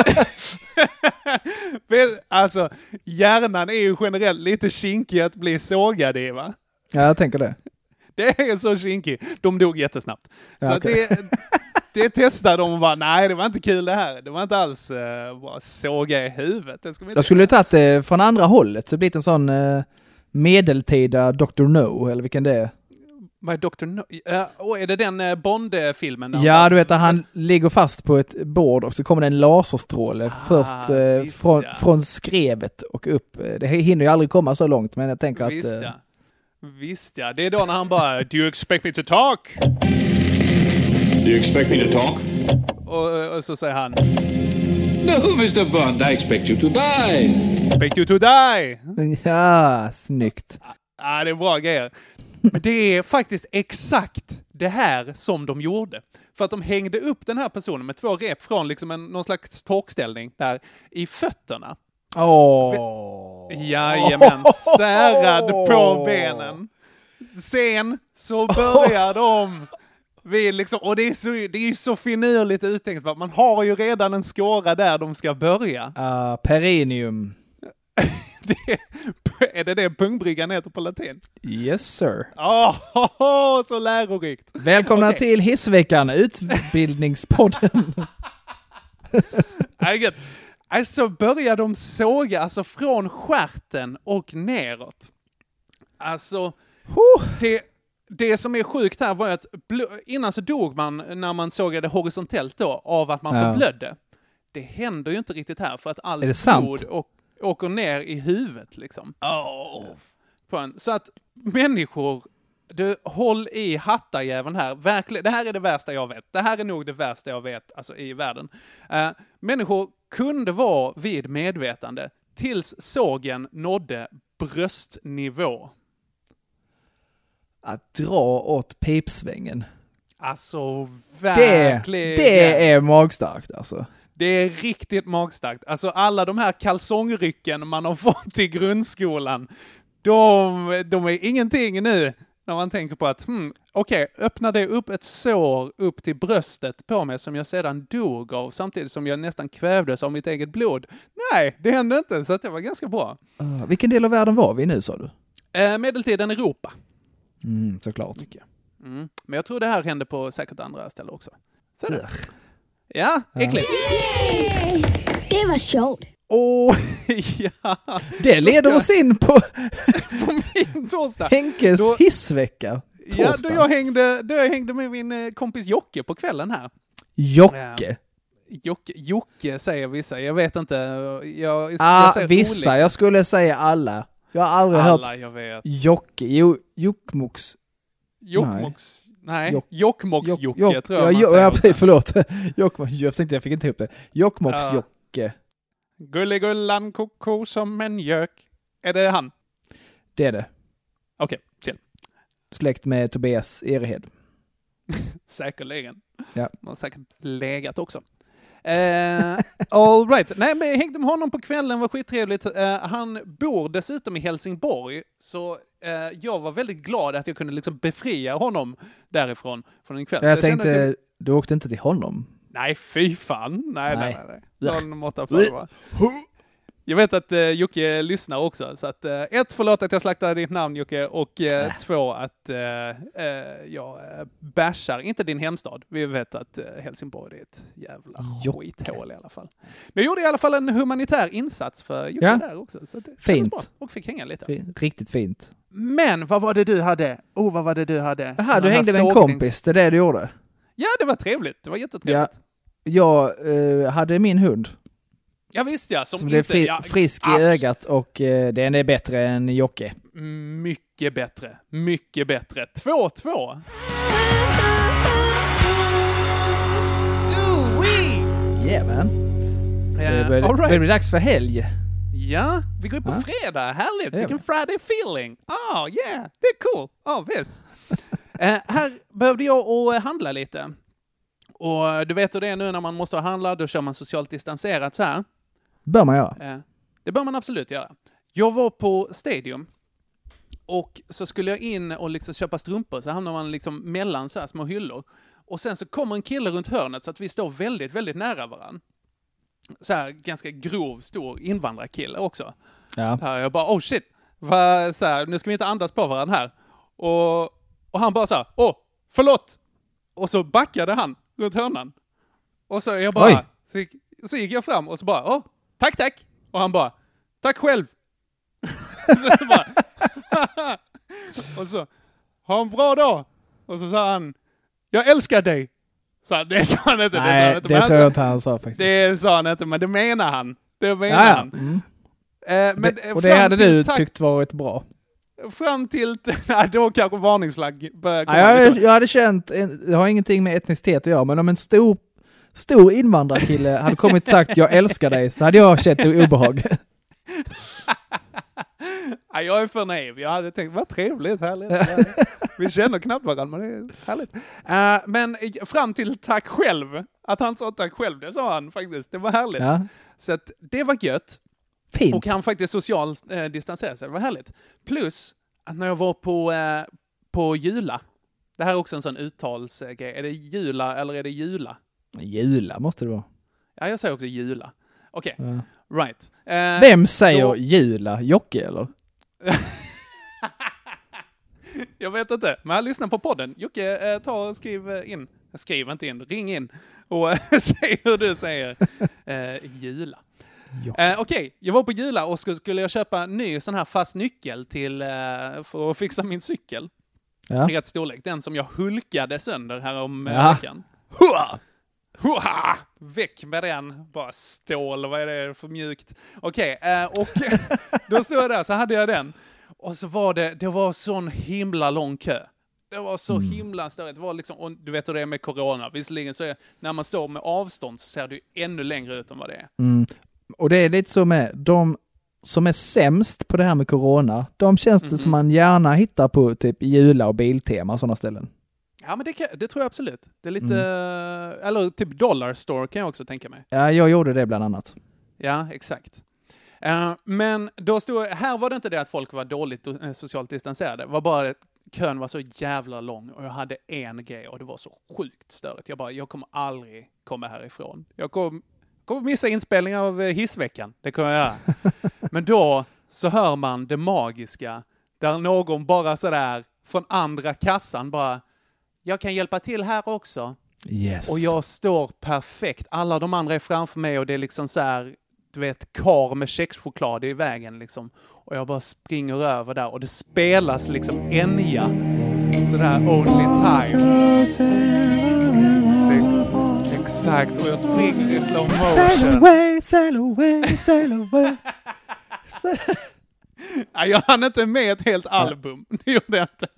Alltså, hjärnan är ju generellt lite kinkig att bli sågad i, va? Ja, jag tänker det. Det är så kinkig. De dog jättesnabbt. Ja, så okay. det, det testade de och bara, nej, det var inte kul det här. Det var inte alls uh, bara såga i huvudet. Det ska vi inte. Jag skulle ju tagit det från andra hållet. Så blivit en sån uh, medeltida doktor No, eller vilken det är. Vad är doktor No? Uh, oh, är det den uh, Bond-filmen? Ja, du vet att han ligger fast på ett bord och så kommer det en laserstråle ah, först uh, från, ja. från skrevet och upp. Det hinner ju aldrig komma så långt, men jag tänker visst, att... Uh, ja. Visst ja, det är då när han bara Do you expect me to talk? Do you expect me to talk? Och, och så säger han No, mister Bond, I expect you to die. Expect you to die. Ja, snyggt. Ja, ah, det är bra grejer. Men det är faktiskt exakt det här som de gjorde. För att de hängde upp den här personen med två rep från liksom en, någon slags torkställning där i fötterna. Åh. Jajamän, särad på benen. Sen så börjar de vi liksom, och det är så, det är så finurligt uttänkt för man har ju redan en skåra där de ska börja. Uh, perineum. det, är det det pungbryggan heter på latin? Yes sir. Åh, oh, oh, oh, så lärorikt. Välkomna okay. till Hissveckan, utbildningspodden. Alltså börjar de såga alltså från stjärten och neråt. Alltså huh. det, det som är sjukt här var att bl- innan så dog man när man sågade horisontellt då av att man ja. förblödde. Det händer ju inte riktigt här för att all blod och, åker ner i huvudet liksom. Oh. På en, så att människor, du, håll i hattajäveln här. Verkligen, det här är det värsta jag vet. Det här är nog det värsta jag vet alltså, i världen. Uh, människor kunde vara vid medvetande tills sågen nådde bröstnivå. Att dra åt pipsvängen. Alltså verkligen. Det, det är magstarkt alltså. Det är riktigt magstarkt. Alltså alla de här kalsongrycken man har fått i grundskolan, de, de är ingenting nu när man tänker på att hmm, okej, okay, öppnar det upp ett sår upp till bröstet på mig som jag sedan dog av samtidigt som jag nästan kvävdes av mitt eget blod. Nej, det hände inte så att det var ganska bra. Uh, vilken del av världen var vi nu sa du? Uh, medeltiden Europa. Mm, såklart. Mm. Men jag tror det här hände på säkert andra ställen också. Så det. Ja, äckligt. Yay! Det var short. Åh, ja. Det leder ska... oss in på, på min torsdag. Henkes då... hissvecka. Torsdag. Ja, då jag, hängde, då jag hängde med min kompis Jocke på kvällen här. Jocke? Ja. Jocke, Jocke säger vissa. Jag vet inte. Jag, ah, jag säger vissa. olika. Jag skulle säga alla. Jag har aldrig alla, hört jag vet. Jocke. Jo, Jokkmokks. Jokkmokks. Nej, Jok- Jokkmokks-Jocke Jok- tror jag ja, man jo, säger. Ja, precis, förlåt. Jokkmokks, jag tänkte jag fick inte ihop det. Jokkmokks-Jocke. Gulligullan koko som en gök. Är det han? Det är det. Okej, okay, chill. Släkt med Tobias Erehed. Säkerligen. Ja. Man har säkert legat också. Uh, all right. Nej, men jag hängde med honom på kvällen, var skittrevligt. Uh, han bor dessutom i Helsingborg, så uh, jag var väldigt glad att jag kunde liksom befria honom därifrån från en kväll. Jag, jag tänkte, jag... du åkte inte till honom? Nej, fy fan. Nej, nej, nej. nej. Någon måtta för det va. Jag vet att uh, Jocke lyssnar också, så att uh, ett, förlåt att jag slaktade ditt namn Jocke, och uh, äh. två, att uh, uh, jag uh, bashar, inte din hemstad. Vi vet att uh, Helsingborg är ett jävla Jocke. skithål i alla fall. Men jag gjorde i alla fall en humanitär insats för Jocke ja. där också. Så det fint. Bra. Och fick hänga lite. Riktigt fint. Men vad var det du hade? Oh, vad var det du hade? Jaha, du hängde med en kompis, det är det du gjorde? Ja, det var trevligt. Det var jättetrevligt. Ja, jag uh, hade min hund. Ja visst ja, som, som inte... Fri, ja, frisk i ögat och uh, den är bättre än Jocke. Mycket bättre. Mycket bättre. två två. Yeah man. Uh, det blir, right. det blir dags för helg. Ja, vi går på ja. fredag. Härligt. Ja. Vilken Friday feeling. Oh yeah, det är cool. Ja, oh, visst. uh, här behövde jag och handla lite. Och du vet hur det är nu när man måste handla, då kör man socialt distanserat så här. Bör man göra. Eh, det bör man absolut göra. Jag var på Stadium och så skulle jag in och liksom köpa strumpor, så hamnar man liksom mellan så här små hyllor. Och sen så kommer en kille runt hörnet så att vi står väldigt, väldigt nära varann. Så här ganska grov, stor invandrarkille också. Ja. Här, jag bara, oh shit, va, så här, nu ska vi inte andas på varandra här. Och, och han bara så här, åh, förlåt. Och så backade han runt hörnan. Och så jag bara, så gick, så gick jag fram och så bara, åh, tack, tack. Och han bara, tack själv. Så jag bara, och så, ha en bra dag. Och så sa han, jag älskar dig. Så det sa han inte. Nej, det, sa han inte, det tror jag inte han sa faktiskt. Det sa han inte, men det menar han. Det menar Jaja. han. Mm. Eh, men det, och det hade du tack, tyckt varit bra. Fram till, nej, då kanske varningsflagg börjar komma. Ja, jag, jag hade känt, det har ingenting med etnicitet att göra, men om en stor, stor invandrarkille hade kommit och sagt jag älskar dig, så hade jag känt det obehag. Ja, jag är för naiv. Jag hade tänkt, vad trevligt, härligt. Vi känner knappt varandra, men det är härligt. Uh, men fram till tack själv, att han sa tack själv, det sa han faktiskt. Det var härligt. Ja. Så att det var gött. Fint. Och kan faktiskt socialt eh, distansera sig. Det var härligt. Plus att när jag var på, eh, på Jula. Det här är också en sån uttalsgrej. Är det Jula eller är det Jula? Jula måste det vara. Ja, jag säger också Jula. Okej, okay. Ja. Right. Eh, Vem säger då... Jula? Jocke eller? Jag vet inte, men jag lyssnar på podden. Jocke, eh, ta och skriv in. Skriv inte in, ring in. Och säg hur du säger eh, Jula. Eh, Okej, okay. Jag var på Jula och skulle, skulle jag köpa en ny sån här fast nyckel till, eh, för att fixa min cykel. Ja. Rätt storlek. Den som jag hulkade sönder här om ja. veckan. Hua! Hua! Väck med den. Bara stål, vad är det för mjukt? Okej, okay, eh, och då stod jag där så hade jag den. Och så var det, det var sån himla lång kö. Det var så mm. himla störigt. Det var liksom, och du vet hur det är med corona. Visserligen så är, när man står med avstånd så ser du ännu längre ut än vad det är. Mm. Och det är lite så med de som är sämst på det här med corona. De känns det mm-hmm. som man gärna hittar på typ Jula och Biltema och sådana ställen. Ja, men det, kan, det tror jag absolut. Det är lite, mm. eller typ Dollar Store kan jag också tänka mig. Ja, jag gjorde det bland annat. Ja, exakt. Uh, men då stod, här var det inte det att folk var dåligt uh, socialt distanserade. Det var bara att kön var så jävla lång och jag hade en grej och det var så sjukt störigt. Jag bara, jag kommer aldrig komma härifrån. Jag kommer, kommer missa inspelningar av uh, hissveckan. Det kommer jag göra. Men då så hör man det magiska där någon bara sådär från andra kassan bara, jag kan hjälpa till här också. Yes. Och jag står perfekt. Alla de andra är framför mig och det är liksom så här, du vet, kar med kexchoklad i vägen liksom. Och jag bara springer över där och det spelas liksom Enya. Sådär Only Time. Exakt. Exakt. Och jag springer i slow motion. Sail away, sail away, sail away. Ja, jag hann inte med ett helt album. Det gjorde jag inte.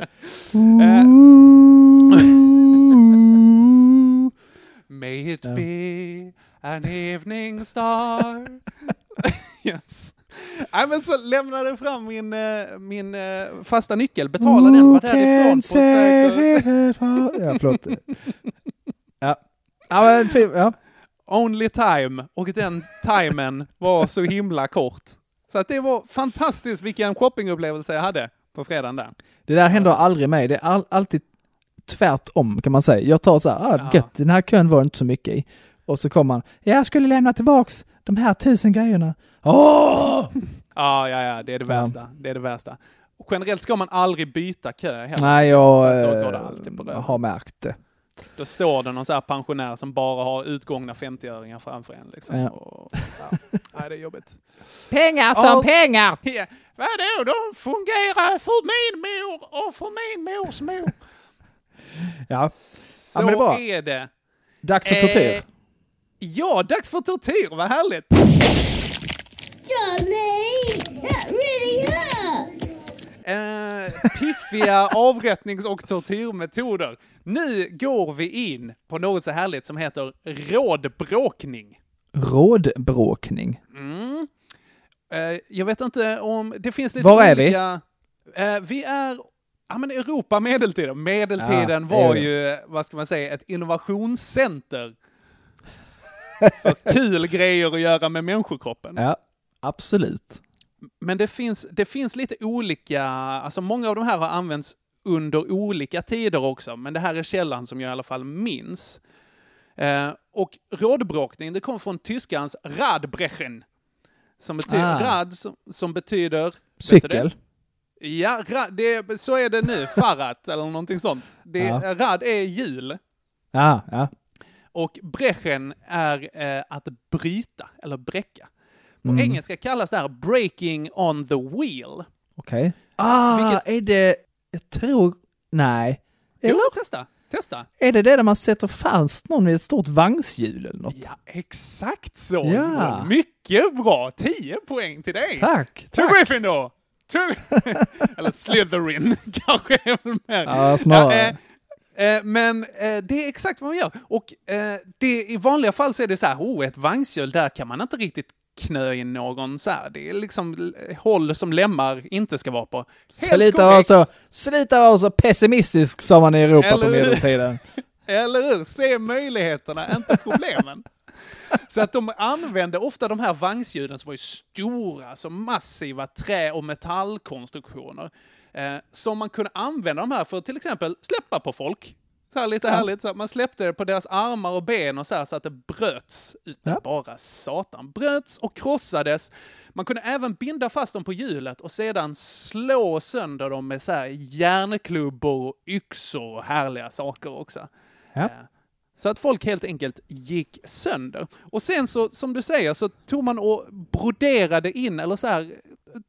May it be an evening star. Yes. Nej, men så lämnade fram min, min fasta nyckel. Betala den. Var därifrån på säkert. Ja, förlåt. Ja. Ja, men, ja. Only time. Och den timen var så himla kort. Så att det var fantastiskt vilken shoppingupplevelse jag hade på fredagen där. Det där händer alltså aldrig mig. Det är all, alltid tvärtom kan man säga. Jag tar så här, ah, ja. gött, den här kön var inte så mycket i. Och så kommer man, jag skulle lämna tillbaks de här tusen grejerna. Åh! Ja, ja, ja, det är det värsta. Ja. Det är det värsta. Och generellt ska man aldrig byta kö heller. Nej, jag äh, har märkt det. Då står det någon så här pensionär som bara har utgångna femtio-öringar framför en. Liksom. Ja. Och, ja. Nej, det är jobbigt. Pengar som oh. pengar! Ja. Vadå? De fungerar för min mor och för min mors mor. Ja, så ja, men det är, bra. är det. Dags för tortyr. Eh, ja, dags för tortyr. Vad härligt. Johnny, that really hurt. Eh, piffiga avrättnings- och tortyrmetoder. Nu går vi in på något så härligt som heter rådbråkning. Rådbråkning? Mm. Eh, jag vet inte om det finns lite Var är olika... vi? Eh, vi är ja, men Europa medeltiden. Medeltiden ja, var ju, vad ska man säga, ett innovationscenter för kul grejer att göra med människokroppen. Ja, absolut. Men det finns, det finns lite olika, alltså många av de här har använts under olika tider också, men det här är källan som jag i alla fall minns. Eh, och rådbråkning, det kom från tyskans Radbrechen, som betyder, ah. rad som, som betyder... Cykel. Ja, rad, det, så är det nu, Farat eller någonting sånt. Det, ja. Rad är hjul. Ja, ja. Och brechen är eh, att bryta eller bräcka. På mm. engelska kallas det här breaking on the wheel. Okej. Okay. Ah, Vilket... är det... Jag tror... Nej. Eller? Jo, testa. Testa. Är det det där man sätter fast någon vid ett stort vagnshjul eller något? Ja, exakt så. Ja. Mycket bra. tio poäng till dig. Tack. To Gryffindor. To... eller Slytherin kanske är väl mer. Ja, snarare. Ja, eh, eh, men eh, det är exakt vad man gör. Och eh, det, i vanliga fall så är det så här, oh, ett vagnshjul, där kan man inte riktigt knö in någon så här. Det är liksom håll som lemmar inte ska vara på. Sluta vara så, sluta vara så pessimistisk som man i Europa eller på medeltiden. Eller hur? Se möjligheterna, inte problemen. Så att de använde ofta de här vagnsljuden som var ju stora, så massiva trä- och metallkonstruktioner. Eh, som man kunde använda de här för att till exempel släppa på folk. Så här lite ja. härligt. Så att man släppte det på deras armar och ben och så här så att det bröts utan ja. bara satan. Bröts och krossades. Man kunde även binda fast dem på hjulet och sedan slå sönder dem med så här järnklubbor, yxor och härliga saker också. Ja. Eh, så att folk helt enkelt gick sönder. Och sen så, som du säger, så tog man och broderade in eller så här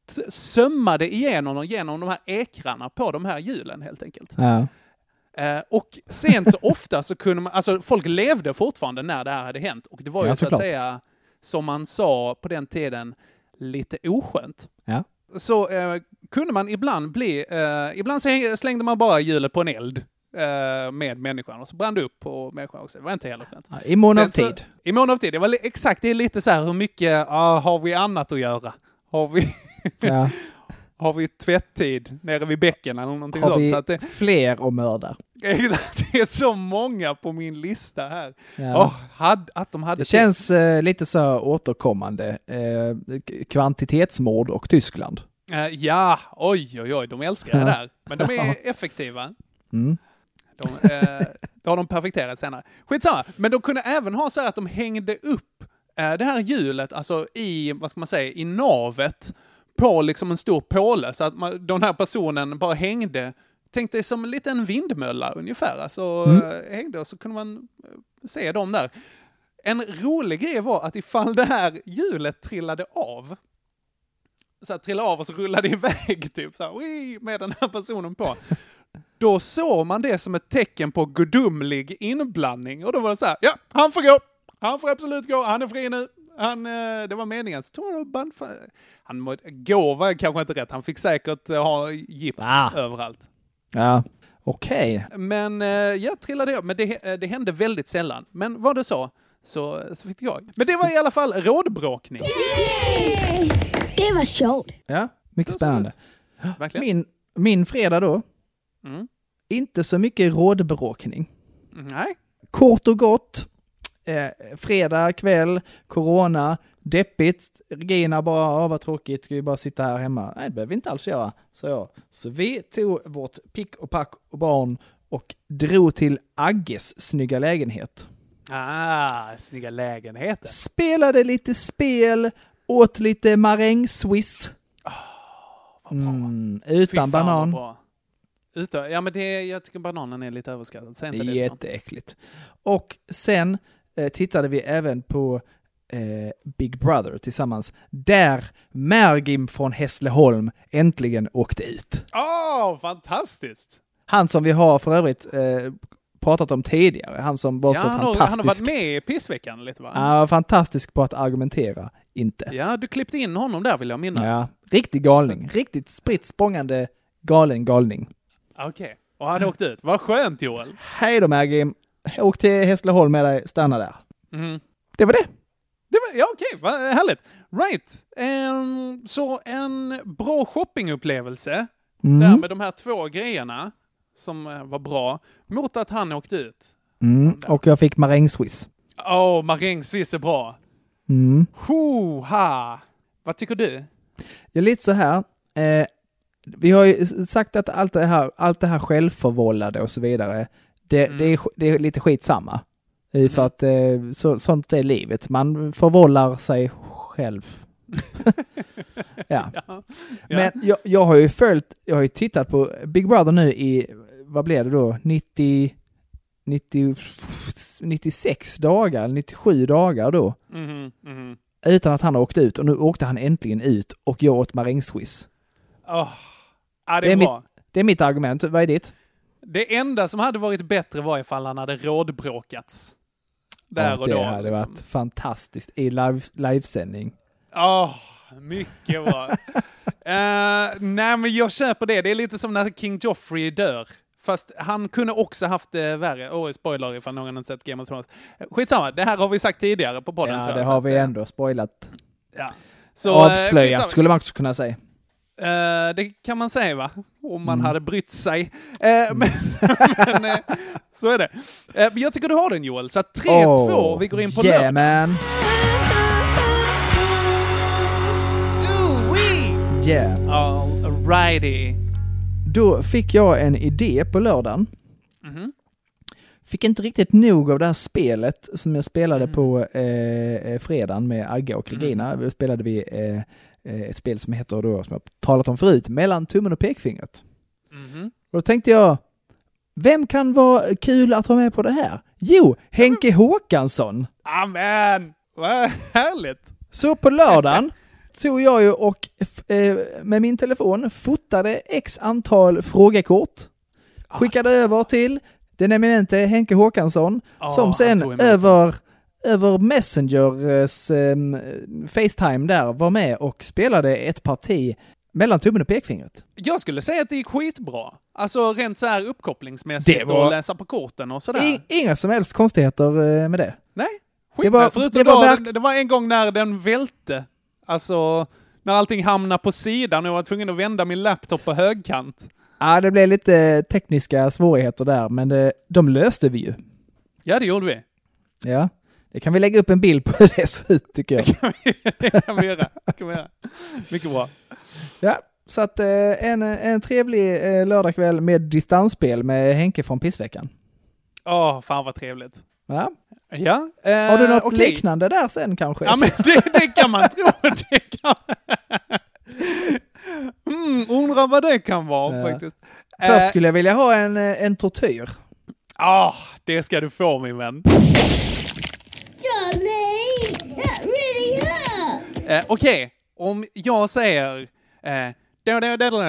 sömmade igenom och genom de här ekrarna på de här hjulen helt enkelt. Ja. Uh, och sen så ofta så kunde man, alltså folk levde fortfarande när det här hade hänt. Och det var ju ja, så att säga, som man sa på den tiden, lite oskönt. Ja. Så uh, kunde man ibland bli, uh, ibland så slängde man bara hjulet på en eld uh, med människan och så brann det upp på människan också. Det var inte helt skönt. Ja, I mån av tid. Så, I mån av tid. Det var li- exakt, det är lite så här, hur mycket uh, har vi annat att göra? Har vi... ja. Har vi tvätttid nere vid bäcken eller någonting har sånt? Vi så att det, fler att mörda? Det är så många på min lista här. Ja. Oh, had, att de hade det känns eh, lite så återkommande. Eh, kvantitetsmord och Tyskland. Uh, ja, oj, oj, oj. De älskar det där. Men de är effektiva. Mm. De, eh, det har de perfekterat senare. Skitsamma. Men de kunde även ha så här att de hängde upp eh, det här hjulet alltså i, vad ska man säga, i navet på liksom en stor påle så att man, den här personen bara hängde, tänkte som en liten vindmölla ungefär, alltså mm. hängde och så kunde man se dem där. En rolig grej var att ifall det här hjulet trillade av, så här, trillade av och så rullade iväg typ så här, med den här personen på, då såg man det som ett tecken på gudomlig inblandning och då var det så här, ja, han får gå, han får absolut gå, han är fri nu. Han, det var meningen. Så tror jag band för... Han må... gå var kanske inte rätt. Han fick säkert ha gips ah. överallt. Ja, okej. Okay. Men jag trillade upp. Men det, det hände väldigt sällan. Men vad det så, så, så fick jag. Men det var i alla fall rådbråkning. Yay! Det var short. Ja, mycket spännande. Verkligen. Min, min fredag då. Mm. Inte så mycket rådbråkning. Nej. Kort och gott. Eh, fredag kväll, corona, deppigt, Regina bara, åh vad tråkigt, ska vi bara sitta här hemma? Nej, det behöver vi inte alls göra. Så, ja. Så vi tog vårt pick och pack och barn och drog till Agges snygga lägenhet. Ah, snygga lägenheter. Spelade lite spel, åt lite marängswiss. Oh, vad bra. Mm, utan banan. Utan, ja, men det, jag tycker bananen är lite överskattad. Det är jätteäckligt. Och sen eh, tittade vi även på eh, Big Brother tillsammans. Där Mergim från Hässleholm äntligen åkte ut. Åh, oh, fantastiskt! Han som vi har för övrigt eh, pratat om tidigare. Han som var ja, så han fantastisk. Har, han har varit med i pissveckan lite, va? Ja, fantastisk på att argumentera. Inte. Ja, du klippte in honom där, vill jag minnas. Ja, riktig galning. Riktigt spritt språngande galen galning. Okej. Okay. Och han åkte ut. Vad skönt, Joel. Hej då, Mergim. Åk till Hässleholm med dig. Stanna där. Mm. Det var det. det var, ja, okej. Okay. Vad härligt. Right. Um, så en bra shoppingupplevelse. Mm. Där med de här två grejerna som var bra. Mot att han åkte ut. Mm. Och jag fick marängswiss. Åh, oh, marängswiss är bra. Mm. Hoha! Vad tycker du? Jag är lite så här... Eh, vi har ju sagt att allt det här, allt det här självförvållade och så vidare, det, mm. det, är, det är lite skitsamma. Mm. För att eh, så, sånt är livet. Man förvållar sig själv. ja. ja. Men jag, jag har ju följt, jag har ju tittat på Big Brother nu i, vad blev det då? nittio, nittio, nittiosex dagar, nittiosju dagar då. Mm. Mm. Utan att han har åkt ut. Och nu åkte han äntligen ut och jag åt marängswiss. Oh. Ja, det, det, är är mitt, det är mitt argument. Vad är ditt? Det enda som hade varit bättre var ifall han hade rådbråkats. Där ja, och då. Det hade liksom varit fantastiskt i live, livesändning. Åh, oh, mycket bra. uh, nej, men jag köper det. Det är lite som när King Joffrey dör. Fast han kunde också haft det värre. Åh, oh, spoiler ifall någon har sett Game of Thrones. Skitsamma, det här har vi sagt tidigare på podden. Ja, tror det jag, har att, vi ändå spoilat. Ja. Så, avslöjat, uh, skulle man också kunna säga. Uh, det kan man säga, va? Om man Mm. hade brytt sig. Uh, men men uh, så är det. Uh, jag tycker du har den, Joel. Så tre två, Oh, vi går in på yeah, lördag. man. Ooh-wee. Yeah. Alrighty. Då fick jag en idé på lördagen. Mhm. Fick inte riktigt nog av det här spelet som jag spelade mm. på eh, fredagen med Agga och Regina. Mm. Då spelade vi eh, ett spel som heter då, som jag talat om förut, Mellan tummen och pekfingret. Mm. Och då tänkte jag, vem kan vara kul att ha med på det här? Jo, Henke Håkansson. Amen! Vad härligt! Så på lördagen tog jag ju och eh, med min telefon fotade x antal frågekort. Skickade ah, över till den eminente Henke Håkansson ah, som sen över, över Messengers eh, FaceTime där var med och spelade ett parti mellan tummen och pekfingret. Jag skulle säga att det gick skitbra. Alltså rent så här uppkopplingsmässigt var... och läsa på korten och sådär. I, inga som helst konstigheter eh, med det. Nej, skit det var, förutom det var, då, verk... det, det var en gång när den välte. Alltså när allting hamnade på sidan och jag var tvungen att vända min laptop på högkant. Ja, det blev lite tekniska svårigheter där, men det, de löste vi ju. Ja, det gjorde vi. Ja, det kan vi lägga upp en bild på hur det ser ut, tycker jag. Det kan vi, det kan vi göra. Det kan vi göra. Mycket bra. Ja, så att eh, en, en trevlig eh, lördagkväll med distansspel med Henke från Pissveckan. Åh, oh, fan vad trevligt. Ja. Ja. Eh, Har du något okay. liknande där sen kanske? Ja, men det, det kan man tro. Det kan mm, undrar vad det kan vara ja. faktiskt. Först eh, skulle jag vilja ha en, en tortyr. Ja, oh, det ska du få, min vän. Johnny, that really hurt. Eh, Okej, okay. Om jag säger... Eh, Då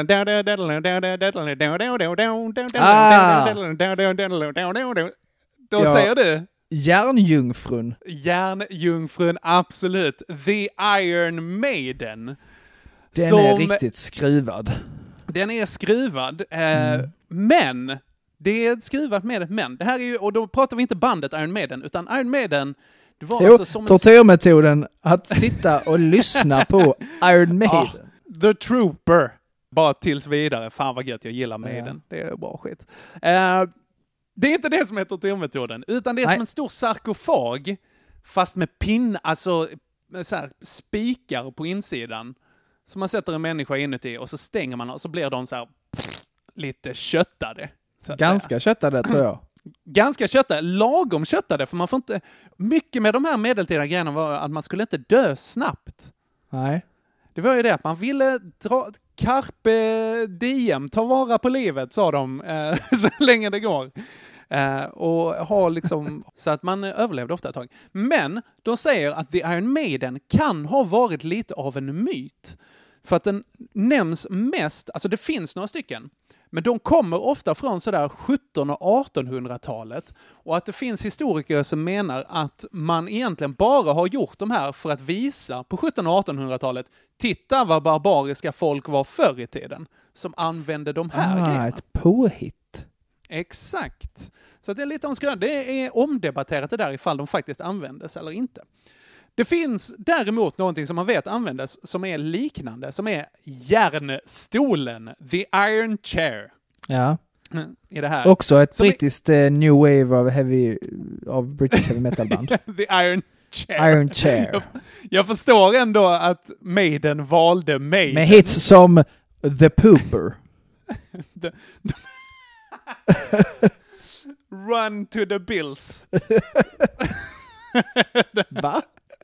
ja. säger du Järnjungfrun. Järnjungfrun, absolut. The Iron Maiden. Den som, är riktigt skruvad. Den är skruvad. Eh, mm. Men det är skruvat med ett men. Det här är ju, och då pratar vi inte bandet Iron Maiden, utan Iron Maiden det var jo, alltså som tortyrmetoden att sitta och lyssna på Iron Maiden. Ah, The Trooper. Bara tills vidare. Fan vad gött, jag gillar Maiden. Ja. Det är bra skit. Uh, det är inte det som är tortyrmetoden, utan det är Nej. som en stor sarkofag fast med pinn, alltså så här, spikar på insidan. Så man sätter en människa inuti och så stänger man och så blir de så här pff, lite köttade. Ganska säga. köttade tror jag. Ganska köttade, lagom köttade, för man får inte... Mycket med de här medeltida grejerna var att man skulle inte dö snabbt. Nej. Det var ju det att man ville dra... Carpe diem, ta vara på livet, sa de, eh, så länge det går. Eh, och ha liksom... så att man överlevde ofta ett tag. Men de säger att The Iron Maiden kan ha varit lite av en myt. För att den nämns mest... Alltså det finns några stycken. Men de kommer ofta från sådär sjutton- och artonhundratalet. Och att det finns historiker som menar att man egentligen bara har gjort de här för att visa på sjutton- och artonhundratalet. Titta vad barbariska folk var förr i tiden. Som använde de här ah, grejerna. Ett påhitt. Exakt. Så det är lite omskrivet. Det är omdebatterat det där ifall de faktiskt användes eller inte. Det finns däremot någonting som man vet användes som är liknande, som är järnstolen, the iron chair. Ja. I det här. Också ett som brittiskt är... new wave av heavy av British heavy metal band. The iron chair. Iron chair. Jag, jag förstår ändå att Maiden valde Maiden. Med hits som The Pooper. the, the Run to the Bills. Va?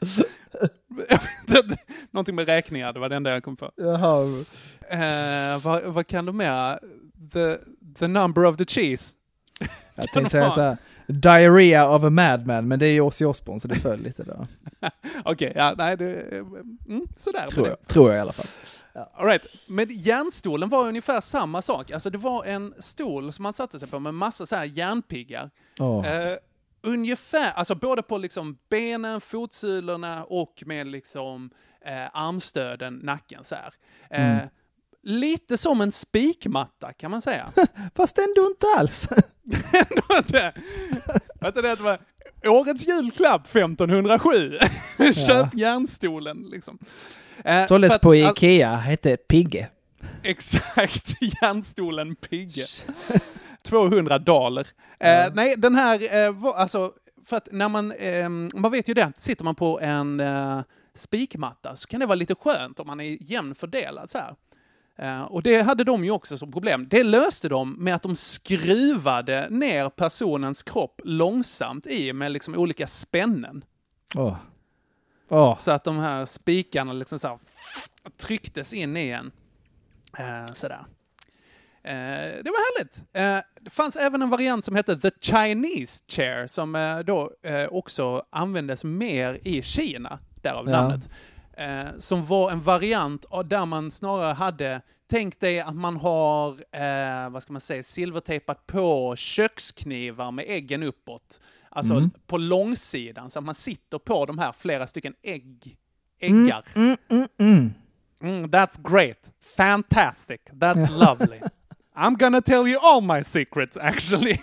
Någonting med räkningar, det var det enda jag kom på. Jaha. Uh, vad, vad kan de med? The, the number of the cheese. Jag tänkte säga så här, diarrhea of a madman, men det är ju Ozzy Osbourne så det föll lite där. Okej, okay, ja, nej, det, mm, sådär. Tror jag, tror jag i alla fall. Ja. All right. Men järnstolen var ungefär samma sak. Alltså det var en stol som man satte sig på med massa så här järnpiggar. Oh. Uh, ungefär, alltså både på liksom benen, fotsulorna och med liksom eh, armstöden, nacken så här. Eh, mm. Lite som en spikmatta kan man säga. Fast ändå inte alls. Ändå inte. Vet du det, det var årets julklapp femtonhundrasju. Köp järnstolen liksom. Eh, Således på Ikea all... hette Pigge. Exakt, järnstolen Pigge. tvåhundra dollar. Mm. Eh, nej, den här, eh, var, alltså, för att när man, eh, man vet ju det, sitter man på en eh, spikmatta så kan det vara lite skönt om man är jämn fördelad så här. Uh, och det hade de ju också som problem. Det löste de med att de skruvade ner personens kropp långsamt i med liksom olika spännen. Oh. Oh. Så att de här spikarna liksom så här trycktes in igen. Uh, sådär. Uh, det var härligt. Uh, det fanns även en variant som hette The Chinese Chair som uh, då uh, också användes mer i Kina, därav ja. namnet. Eh, som var en variant av där man snarare hade, tänk dig att man har, eh, vad ska man säga, silvertejpat på köksknivar med äggen uppåt. Alltså mm. på långsidan, så att man sitter på de här flera stycken ägg, äggar. Mm, mm, mm, mm, that's great. Fantastic. That's lovely. I'm gonna tell you all my secrets actually.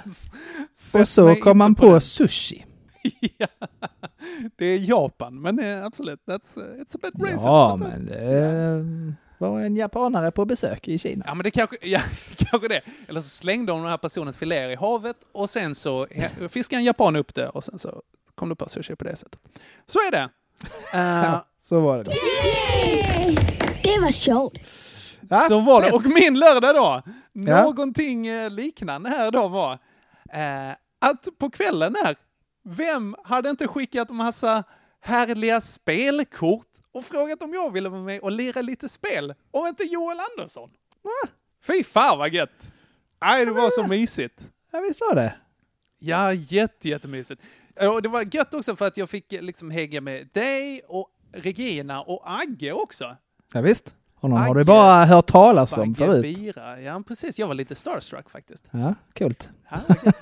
Och så kom man på, på sushi. Ja, det är Japan, men eh, absolut, that's, uh, it's a bit racist. Ja, men det var en japanare på besök i Kina. Ja, men det kanske, ja, kanske det. Eller så slängde de den här personens filéer i havet och sen så fiskade en japan upp det och sen så kom det på sushi på det sättet. Så är det. Uh, ja, så var det. Yay! Det var short. Ja, så var det. Och min lördag då, ja. någonting liknande här då var uh, att på kvällen här, vem hade inte skickat massa härliga spelkort och frågat om jag ville vara med och lira lite spel? Och inte Joel Andersson. Ah. Fy fan vad gött. Nej, det var så mysigt. Ja, visst var det. Ja, jätte, jättemysigt. Och det var gött också för att jag fick liksom hänga med dig och Regina och Agge också. Ja, visst. Honom Agge, har du bara hört talas om Agge förut. Bira. Ja, precis. Jag var lite starstruck faktiskt. Ja, kul. Ja,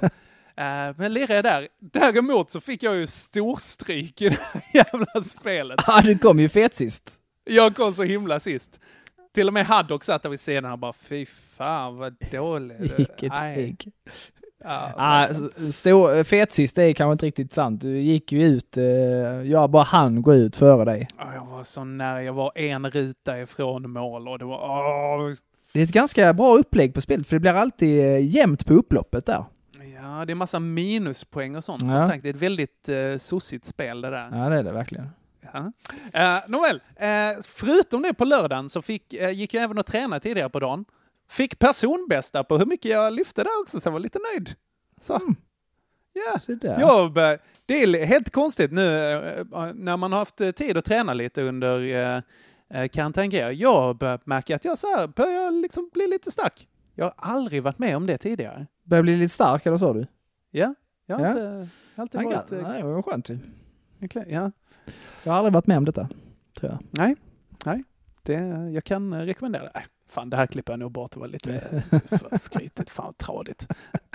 Uh, men lirade jag där. Däremot så fick jag ju storstryk i det här jävla spelet. Ja, du kom ju fet sist. Jag kom så himla sist. Till och med Haddock satt där vid scenen och bara, fy fan vad dålig. Vilket ägg. Ja, ah, stor, fet sist, det är kanske inte riktigt sant. Du gick ju ut, eh, jag bara hann gå ut före dig. Jag var så nära, jag var en ruta ifrån mål och det var... Åh. Det är ett ganska bra upplägg på spelet för det blir alltid jämnt på upploppet där. Ja, det är massa minuspoäng och sånt. Ja. Som sagt, det är ett väldigt uh, sossigt spel det där. Ja, det är det verkligen. Ja. Uh, Nåväl, uh, förutom det på lördagen så fick, uh, gick jag även och träna tidigare på dagen. Fick personbästa på hur mycket jag lyfte där också, så jag var lite nöjd. Så. Mm. Ja, så där. Jag, det är helt konstigt nu uh, när man har haft tid att träna lite under uh, uh, karantän. Jag börjar märka att jag så här börjar liksom bli lite stark. Jag har aldrig varit med om det tidigare. Börjar bli lite stark, eller så du? Ja, jag har ja. inte, jag har alltid Nej, varit... Nej, det var skönt ju. Ja. Jag har aldrig varit med om detta, tror jag. Nej, nej. Det, jag kan rekommendera det. Nej, fan, det här klipper jag nog bort. Det var lite för skrytigt. Fan, tradigt.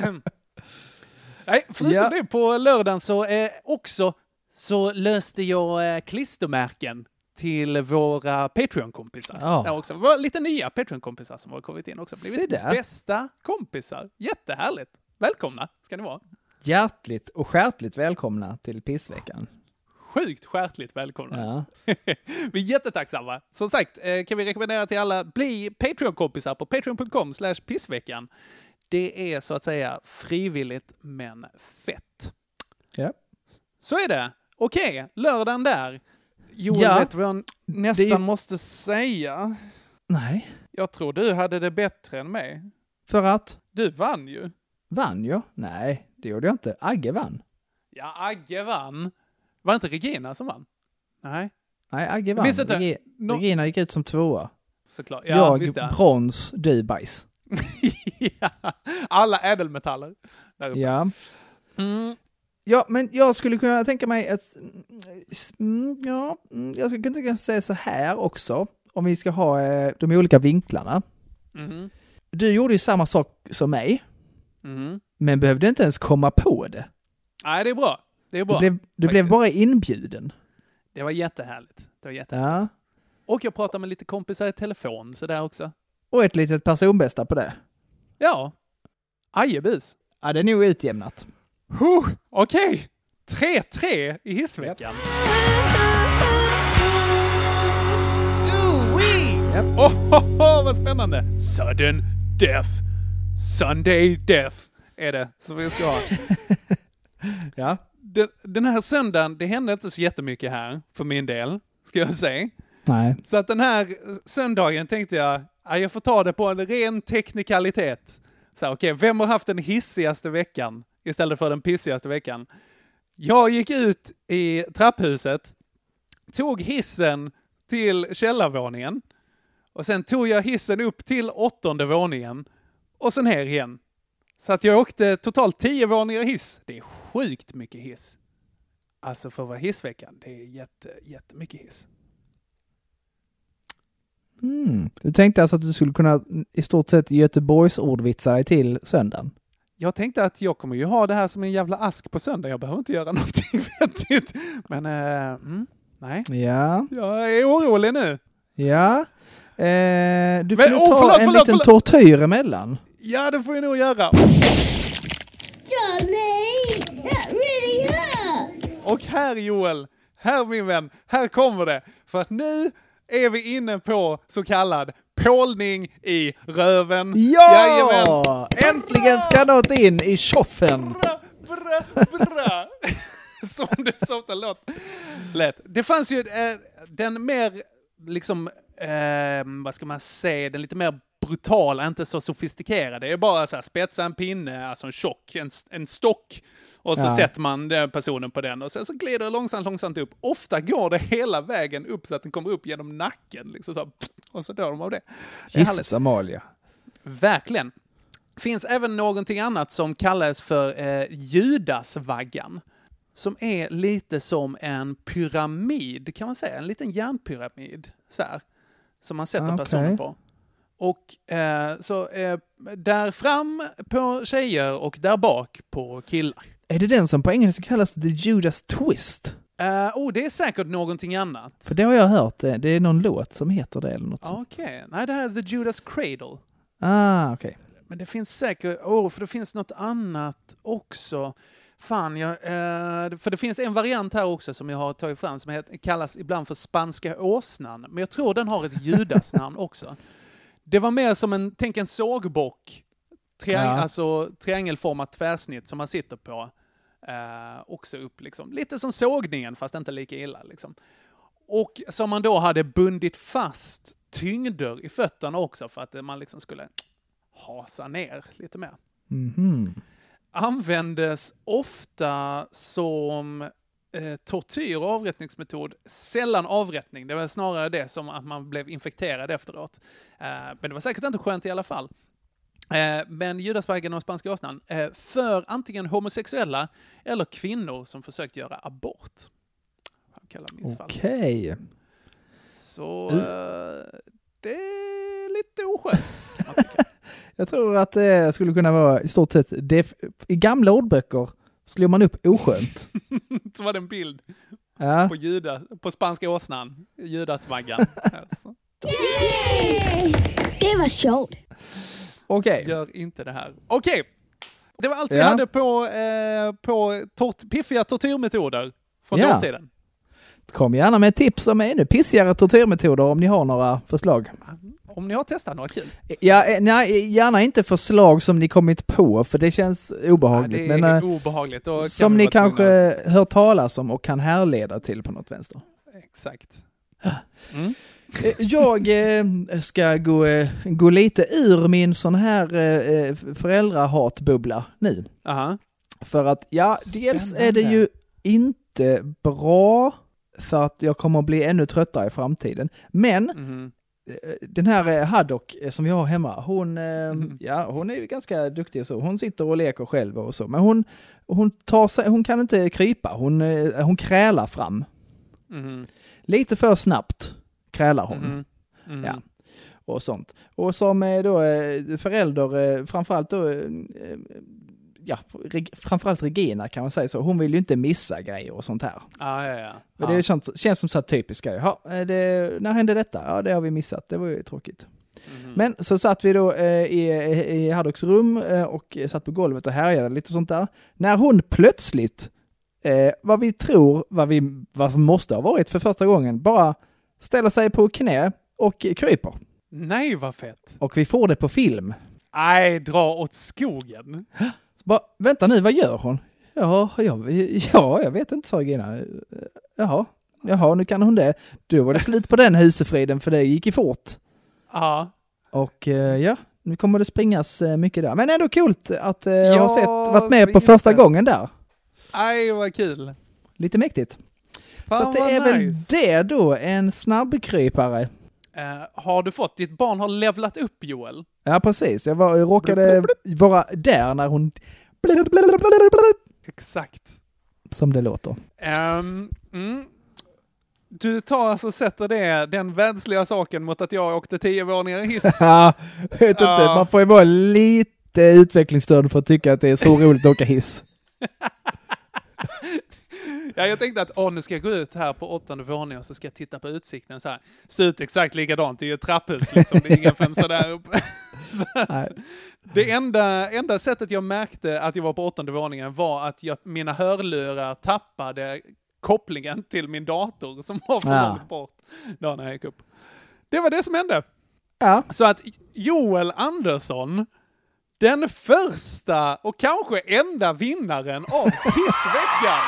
Nej, förutom ja. det på lördagen så eh, också så löste jag eh, klistermärken till våra Patreon-kompisar. Ja. Det också var lite nya Patreon-kompisar som har kommit in också. Blivit bästa kompisar. Jättehärligt. Välkomna ska ni vara. Hjärtligt och skärtligt välkomna till Pissveckan. Sjukt skärtligt välkomna. Ja. Vi är jättetacksamma. Som sagt kan vi rekommendera till alla bli Patreon-kompisar på patreon punkt com slash pissveckan. Det är så att säga frivilligt men fett. Ja. Så är det. Okej, lördagen där. Joel, ja. vet du vad jag nästan ju... måste säga? Nej. Jag tror du hade det bättre än mig. För att? Du vann ju. Vann jag? Nej, det gjorde jag inte. Agge vann. Ja, Agge vann. Var det inte Regina som vann? Nej. Nej, Agge vann. Reg- no... Regina gick ut som tvåa. Såklart. Ja, jag visst, ja. brons, du bajs. Ja, alla ädelmetaller. Där uppe. Ja. Mm. Ja, men jag skulle kunna tänka mig att ja, jag skulle kunna säga så här också, om vi ska ha eh, de olika vinklarna. Mm. Du gjorde ju samma sak som mig, mm. men behövde inte ens komma på det. Nej, det är bra. Det är bra. Du blev, du blev bara inbjuden. Det var jättehärligt. Det var jättehärligt. Ja. Och jag pratade med lite kompisar i telefon, så där också. Och ett litet personbästa på det. Ja. Ajebus. Ja, det är nog utjämnat. Huh, okej. Okay. tre tre i hissveckan. Yep. Oh, oh, oh, vad spännande! Sudden death. Sunday death är det som vi ska ha. Ja. Den, den här söndagen, det hände inte så jättemycket här för min del, ska jag säga. Nej. Så att den här söndagen tänkte jag, ja, jag får ta det på en ren teknikalitet. Så okej, okay, vem har haft den hissigaste veckan istället för den pissigaste veckan? Jag gick ut i trapphuset, tog hissen till källarvåningen och sen tog jag hissen upp till åttonde våningen och sen ner igen. Så att jag åkte totalt tio våningar hiss. Det är sjukt mycket hiss. Alltså för att vara hissveckan, det är jätte, jättemycket hiss. Mm. Du tänkte alltså att du skulle kunna i stort sett Göteborgs ordvitsar dig till söndagen? Jag tänkte att jag kommer ju ha det här som en jävla ask på söndag. Jag behöver inte göra någonting vettigt. Men, äh, mm, nej. Ja. Jag är orolig nu. Ja. Eh, du får Men, oh, ta förlåt, en förlåt, liten förlåt. tortyr emellan. Ja, det får jag nog göra. Johnny, that really hurt. Och här Joel, här min vän, här kommer det. För att nu är vi inne på så kallad pålning i röven. Ja! Jajamän. Äntligen ska något in i tjoffen. Bra, bra, bra. Som det så ofta låter. Lätt. Det fanns ju eh, den mer, liksom, eh, vad ska man säga, den lite mer brutala, inte så sofistikerade. Det är bara så här, spetsa en pinne, alltså en tjock, en, en stock. Och så ja. sätter man den personen på den och sen så glider det långsamt, långsamt upp. Ofta går det hela vägen upp så att den kommer upp genom nacken. Liksom så, och så dör de av det. Jesus Amalia. Verkligen. Finns även någonting annat som kallas för eh, Judasvaggan. Som är lite som en pyramid, kan man säga. En liten järnpyramid. Så här, som man sätter okay. personen på. Och eh, så eh, där fram på tjejer och där bak på killar. Är det den som på engelska kallas The Judas Twist? Uh, oh, det är säkert någonting annat. För det har jag hört. Det är någon låt som heter det eller något. Okej. Okay. Nej, det här är The Judas Cradle. Ah, okej. Okay. Men det finns säkert... Åh, oh, för det finns något annat också. Fan, jag, uh, för det finns en variant här också som jag har tagit fram som heter, kallas ibland för spanska åsnan. Men jag tror den har ett Judasnamn också. Det var mer som en, tänk en sågbock. Triang- ja. Alltså triangelformat tvärsnitt som man sitter på. Uh, också upp liksom. Lite som sågningen fast inte lika illa liksom. Och som man då hade bundit fast tyngder i fötterna också för att man liksom skulle hasa ner lite mer. Mm-hmm. Användes ofta som eh, tortyr och avrättningsmetod. Sällan avrättning. Det var snarare det som att man blev infekterad efteråt. Eh, men det var säkert inte skönt i alla fall. Eh, men Judasvaggan och spanska åsnan eh, för antingen homosexuella eller kvinnor som försökt göra abort. Okej. Okay. Så eh, det är lite oskönt kan man tycka. Jag tror att det skulle kunna vara i stort sett det, i gamla ordböcker slår man upp oskönt. Så var det en bild ja. på, juda, på spanska åsnan, Judasvaggan. Yay! Det var short. Okej. Okay. Gör inte det här. Okej. Okay. Det var allt ja. vi hade på, eh, på tort- piffiga tortyrmetoder från ja. dåtiden. Kom gärna med tips om ännu pissigare tortyrmetoder om ni har några förslag. Om ni har testat några kul. Ja, nej, gärna inte förslag som ni kommit på för det känns obehagligt. Ja, det är men, obehagligt. Då som ni kanske hör talas om och kan härleda till på något vänster. Exakt. Mm. Jag eh, ska gå, eh, gå lite ur min sån här eh, föräldrahatbubbla nu. Aha. För att, ja, Spännande. Dels är det ju inte bra för att jag kommer att bli ännu tröttare i framtiden. Men mm. den här Haddock som vi har hemma, hon, mm. ja, hon är ju ganska duktig och så. Hon sitter och leker själv och så. Men hon, hon, tar sig, hon kan inte krypa. Hon, hon krälar fram. Mm. Lite för snabbt krälar hon. Mm. Mm. Ja. Och sånt. Och som då förälder, framförallt då, ja, framförallt Regina kan man säga så. Hon vill ju inte missa grejer och sånt här. Ah, ja, ja. Men det känns, känns som så här typiskt grejer. Ja, det, när hände detta? Ja, det har vi missat. Det var ju tråkigt. Mm. Men så satt vi då eh, i, i Haddocks rum eh, och satt på golvet och härjade lite och sånt där. När hon plötsligt, eh, vad vi tror, vad, vi, vad som måste ha varit för första gången, bara ställer sig på knä och kryper. Nej, vad fett. Och vi får det på film. Nej, dra åt skogen. Så bara, vänta nu, vad gör hon? Ja, ja, ja jag vet inte, sa Gina. Jaha, jaha, nu kan hon det. Då var det slut på den husefriden för det gick i fort. Ja. Och ja, nu kommer det springas mycket där. Men ändå kul att jag ja, har sett, varit med på första det. gången där. Aj, vad kul. Lite mäktigt. Fan, så att det är nice. väl det då, en snabbkrypare. Uh, har du fått, ditt barn har levlat upp, Joel? Ja, precis. Jag, var, jag råkade vara där när hon... Exakt. Som det låter. Um, mm. Du tar alltså och sätter det, den vändsliga saken mot att jag åkte tio våningar i hiss. Ja, vet inte. Uh. Man får ju vara lite utvecklingsstörd för att tycka att det är så roligt att åka hiss. Ja, jag tänkte att åh, nu ska jag gå ut här på åttonde våningen och så ska jag titta på utsikten så här. Ser ut exakt likadant, det är ju ett trapphus liksom, det är inga fönster där uppe. Så att, det enda, enda sättet jag märkte att jag var på åttonde våningen var att jag, mina hörlurar tappade kopplingen till min dator som var för ja. långt bort då när jag gick upp. Det var det som hände. Ja. Så att Joel Andersson, den första och kanske enda vinnaren av Hissveckan.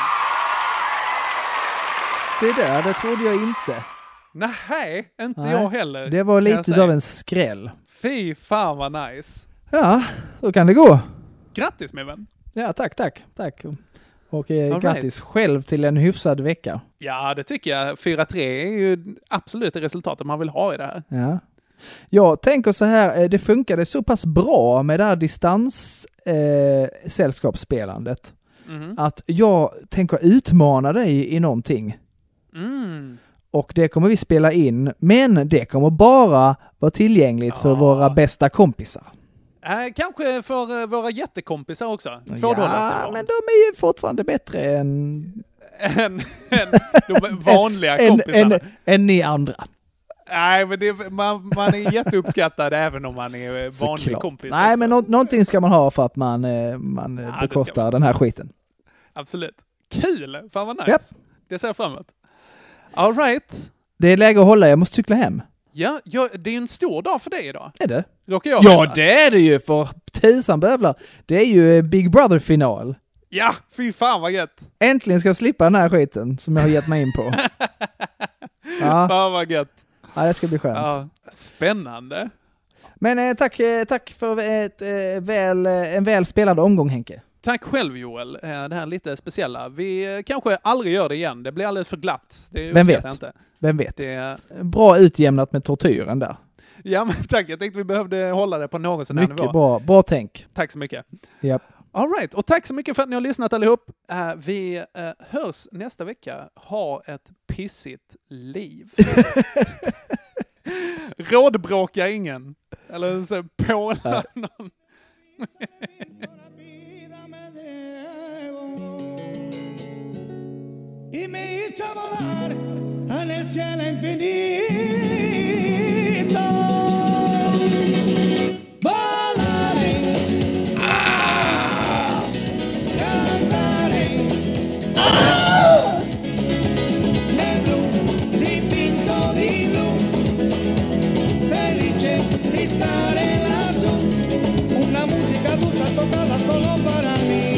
Se där, det trodde jag inte. Nej, inte Nej, jag heller. Det var lite av en skräll. Fy fan vad nice. Ja, så kan det gå. Grattis min vän. Ja, tack, tack, tack. Och eh, All grattis right. själv till en hyfsad vecka. Ja, det tycker jag. fyra tre är ju absolut det resultatet man vill ha i det här. Ja. Jag tänker så här, det funkade så pass bra med det här distans eh, sällskapsspelandet. Mm. Att jag tänker utmana dig i någonting. Mm. Och det kommer vi spela in. Men det kommer bara vara tillgängligt ja. för våra bästa kompisar. Äh, kanske för uh, våra jättekompisar också. Ja, men de är ju fortfarande bättre än... än, än de vanliga kompisarna. Än, än ni andra. Nej, men det, man, man är jätteuppskattad även om man är vanlig Såklart. kompis. Nej, också. men nå- någonting ska man ha för att man, man ja, bekostar den här skiten. Absolut. Kul! Fan vad nice. Yep. Det ser jag fram emot. All right. Det är läge att hålla, jag måste cykla hem. Ja, ja, det är en stor dag för dig idag. Är det? Råkar jag ja, veta? det är det ju för tusan bövlar. Det är ju Big Brother-final. Ja, fy fan vad gött. Äntligen ska jag slippa den här skiten som jag har gett mig in på. Ja. Fan vad gött. Ja, det ska bli skönt. Ja, spännande. Men eh, tack, eh, tack för ett, eh, väl, eh, en väl spelad omgång, Henke. Tack själv Joel, det här är lite speciella. Vi kanske aldrig gör det igen, det blir alldeles för glatt. Det Vem vet? Inte. Vem vet? Det är... Bra utjämnat med tortyren där. Ja men tack, jag tänkte vi behövde hålla det på någon sån här mycket nivå. Bra, bra tänk. Tack så mycket. Yep. All right, och tack så mycket för att ni har lyssnat allihop. Uh, vi uh, hörs nästa vecka. Ha ett pissigt liv. Rådbråka ingen. Eller så påla någon. Y me hizo volar en el cielo infinito. Volaré, ah, cantaré, ah, nel blu, dipinto di blu, felice di stare lassù, una musica dulce toccata solo para mí.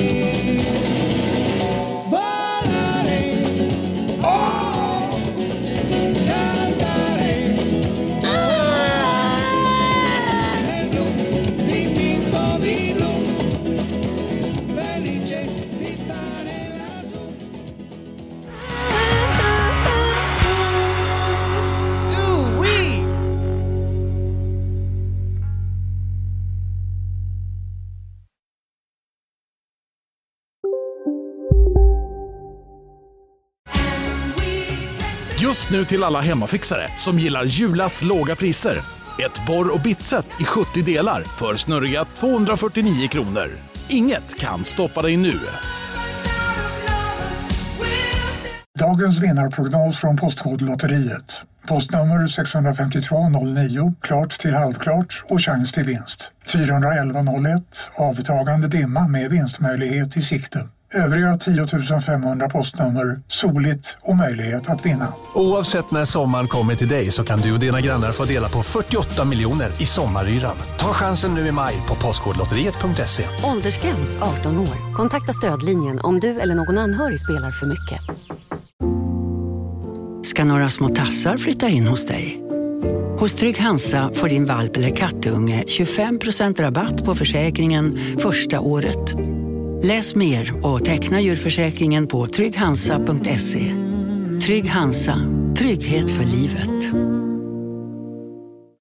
Just nu till alla hemmafixare som gillar Julas låga priser. Ett borr- och bitset i sjuttio delar för snurriga tvåhundrafyrtionio kronor. Inget kan stoppa dig nu. Dagens vinnarprognos från Postkodlotteriet. Postnummer sexhundrafemtiotvå noll nio, klart till halvklart och chans till vinst. fyrahundraelva noll ett, avtagande dimma med vinstmöjlighet i sikte. Övriga tio tusen femhundra postnummer soligt och möjlighet att vinna. Oavsett när sommaren kommer till dig så kan du och dina grannar få dela på fyrtioåtta miljoner i sommaryran. Ta chansen nu i maj på postkodlotteriet punkt se. Åldersgräns arton år. Kontakta stödlinjen om du eller någon anhörig spelar för mycket. Ska några små tassar flytta in hos dig? Hos Trygg Hansa får din valp eller kattunge tjugofem procent rabatt på försäkringen första året. Läs mer och teckna djurförsäkringen på trygg hansa punkt se. Trygg Hansa, trygghet för livet.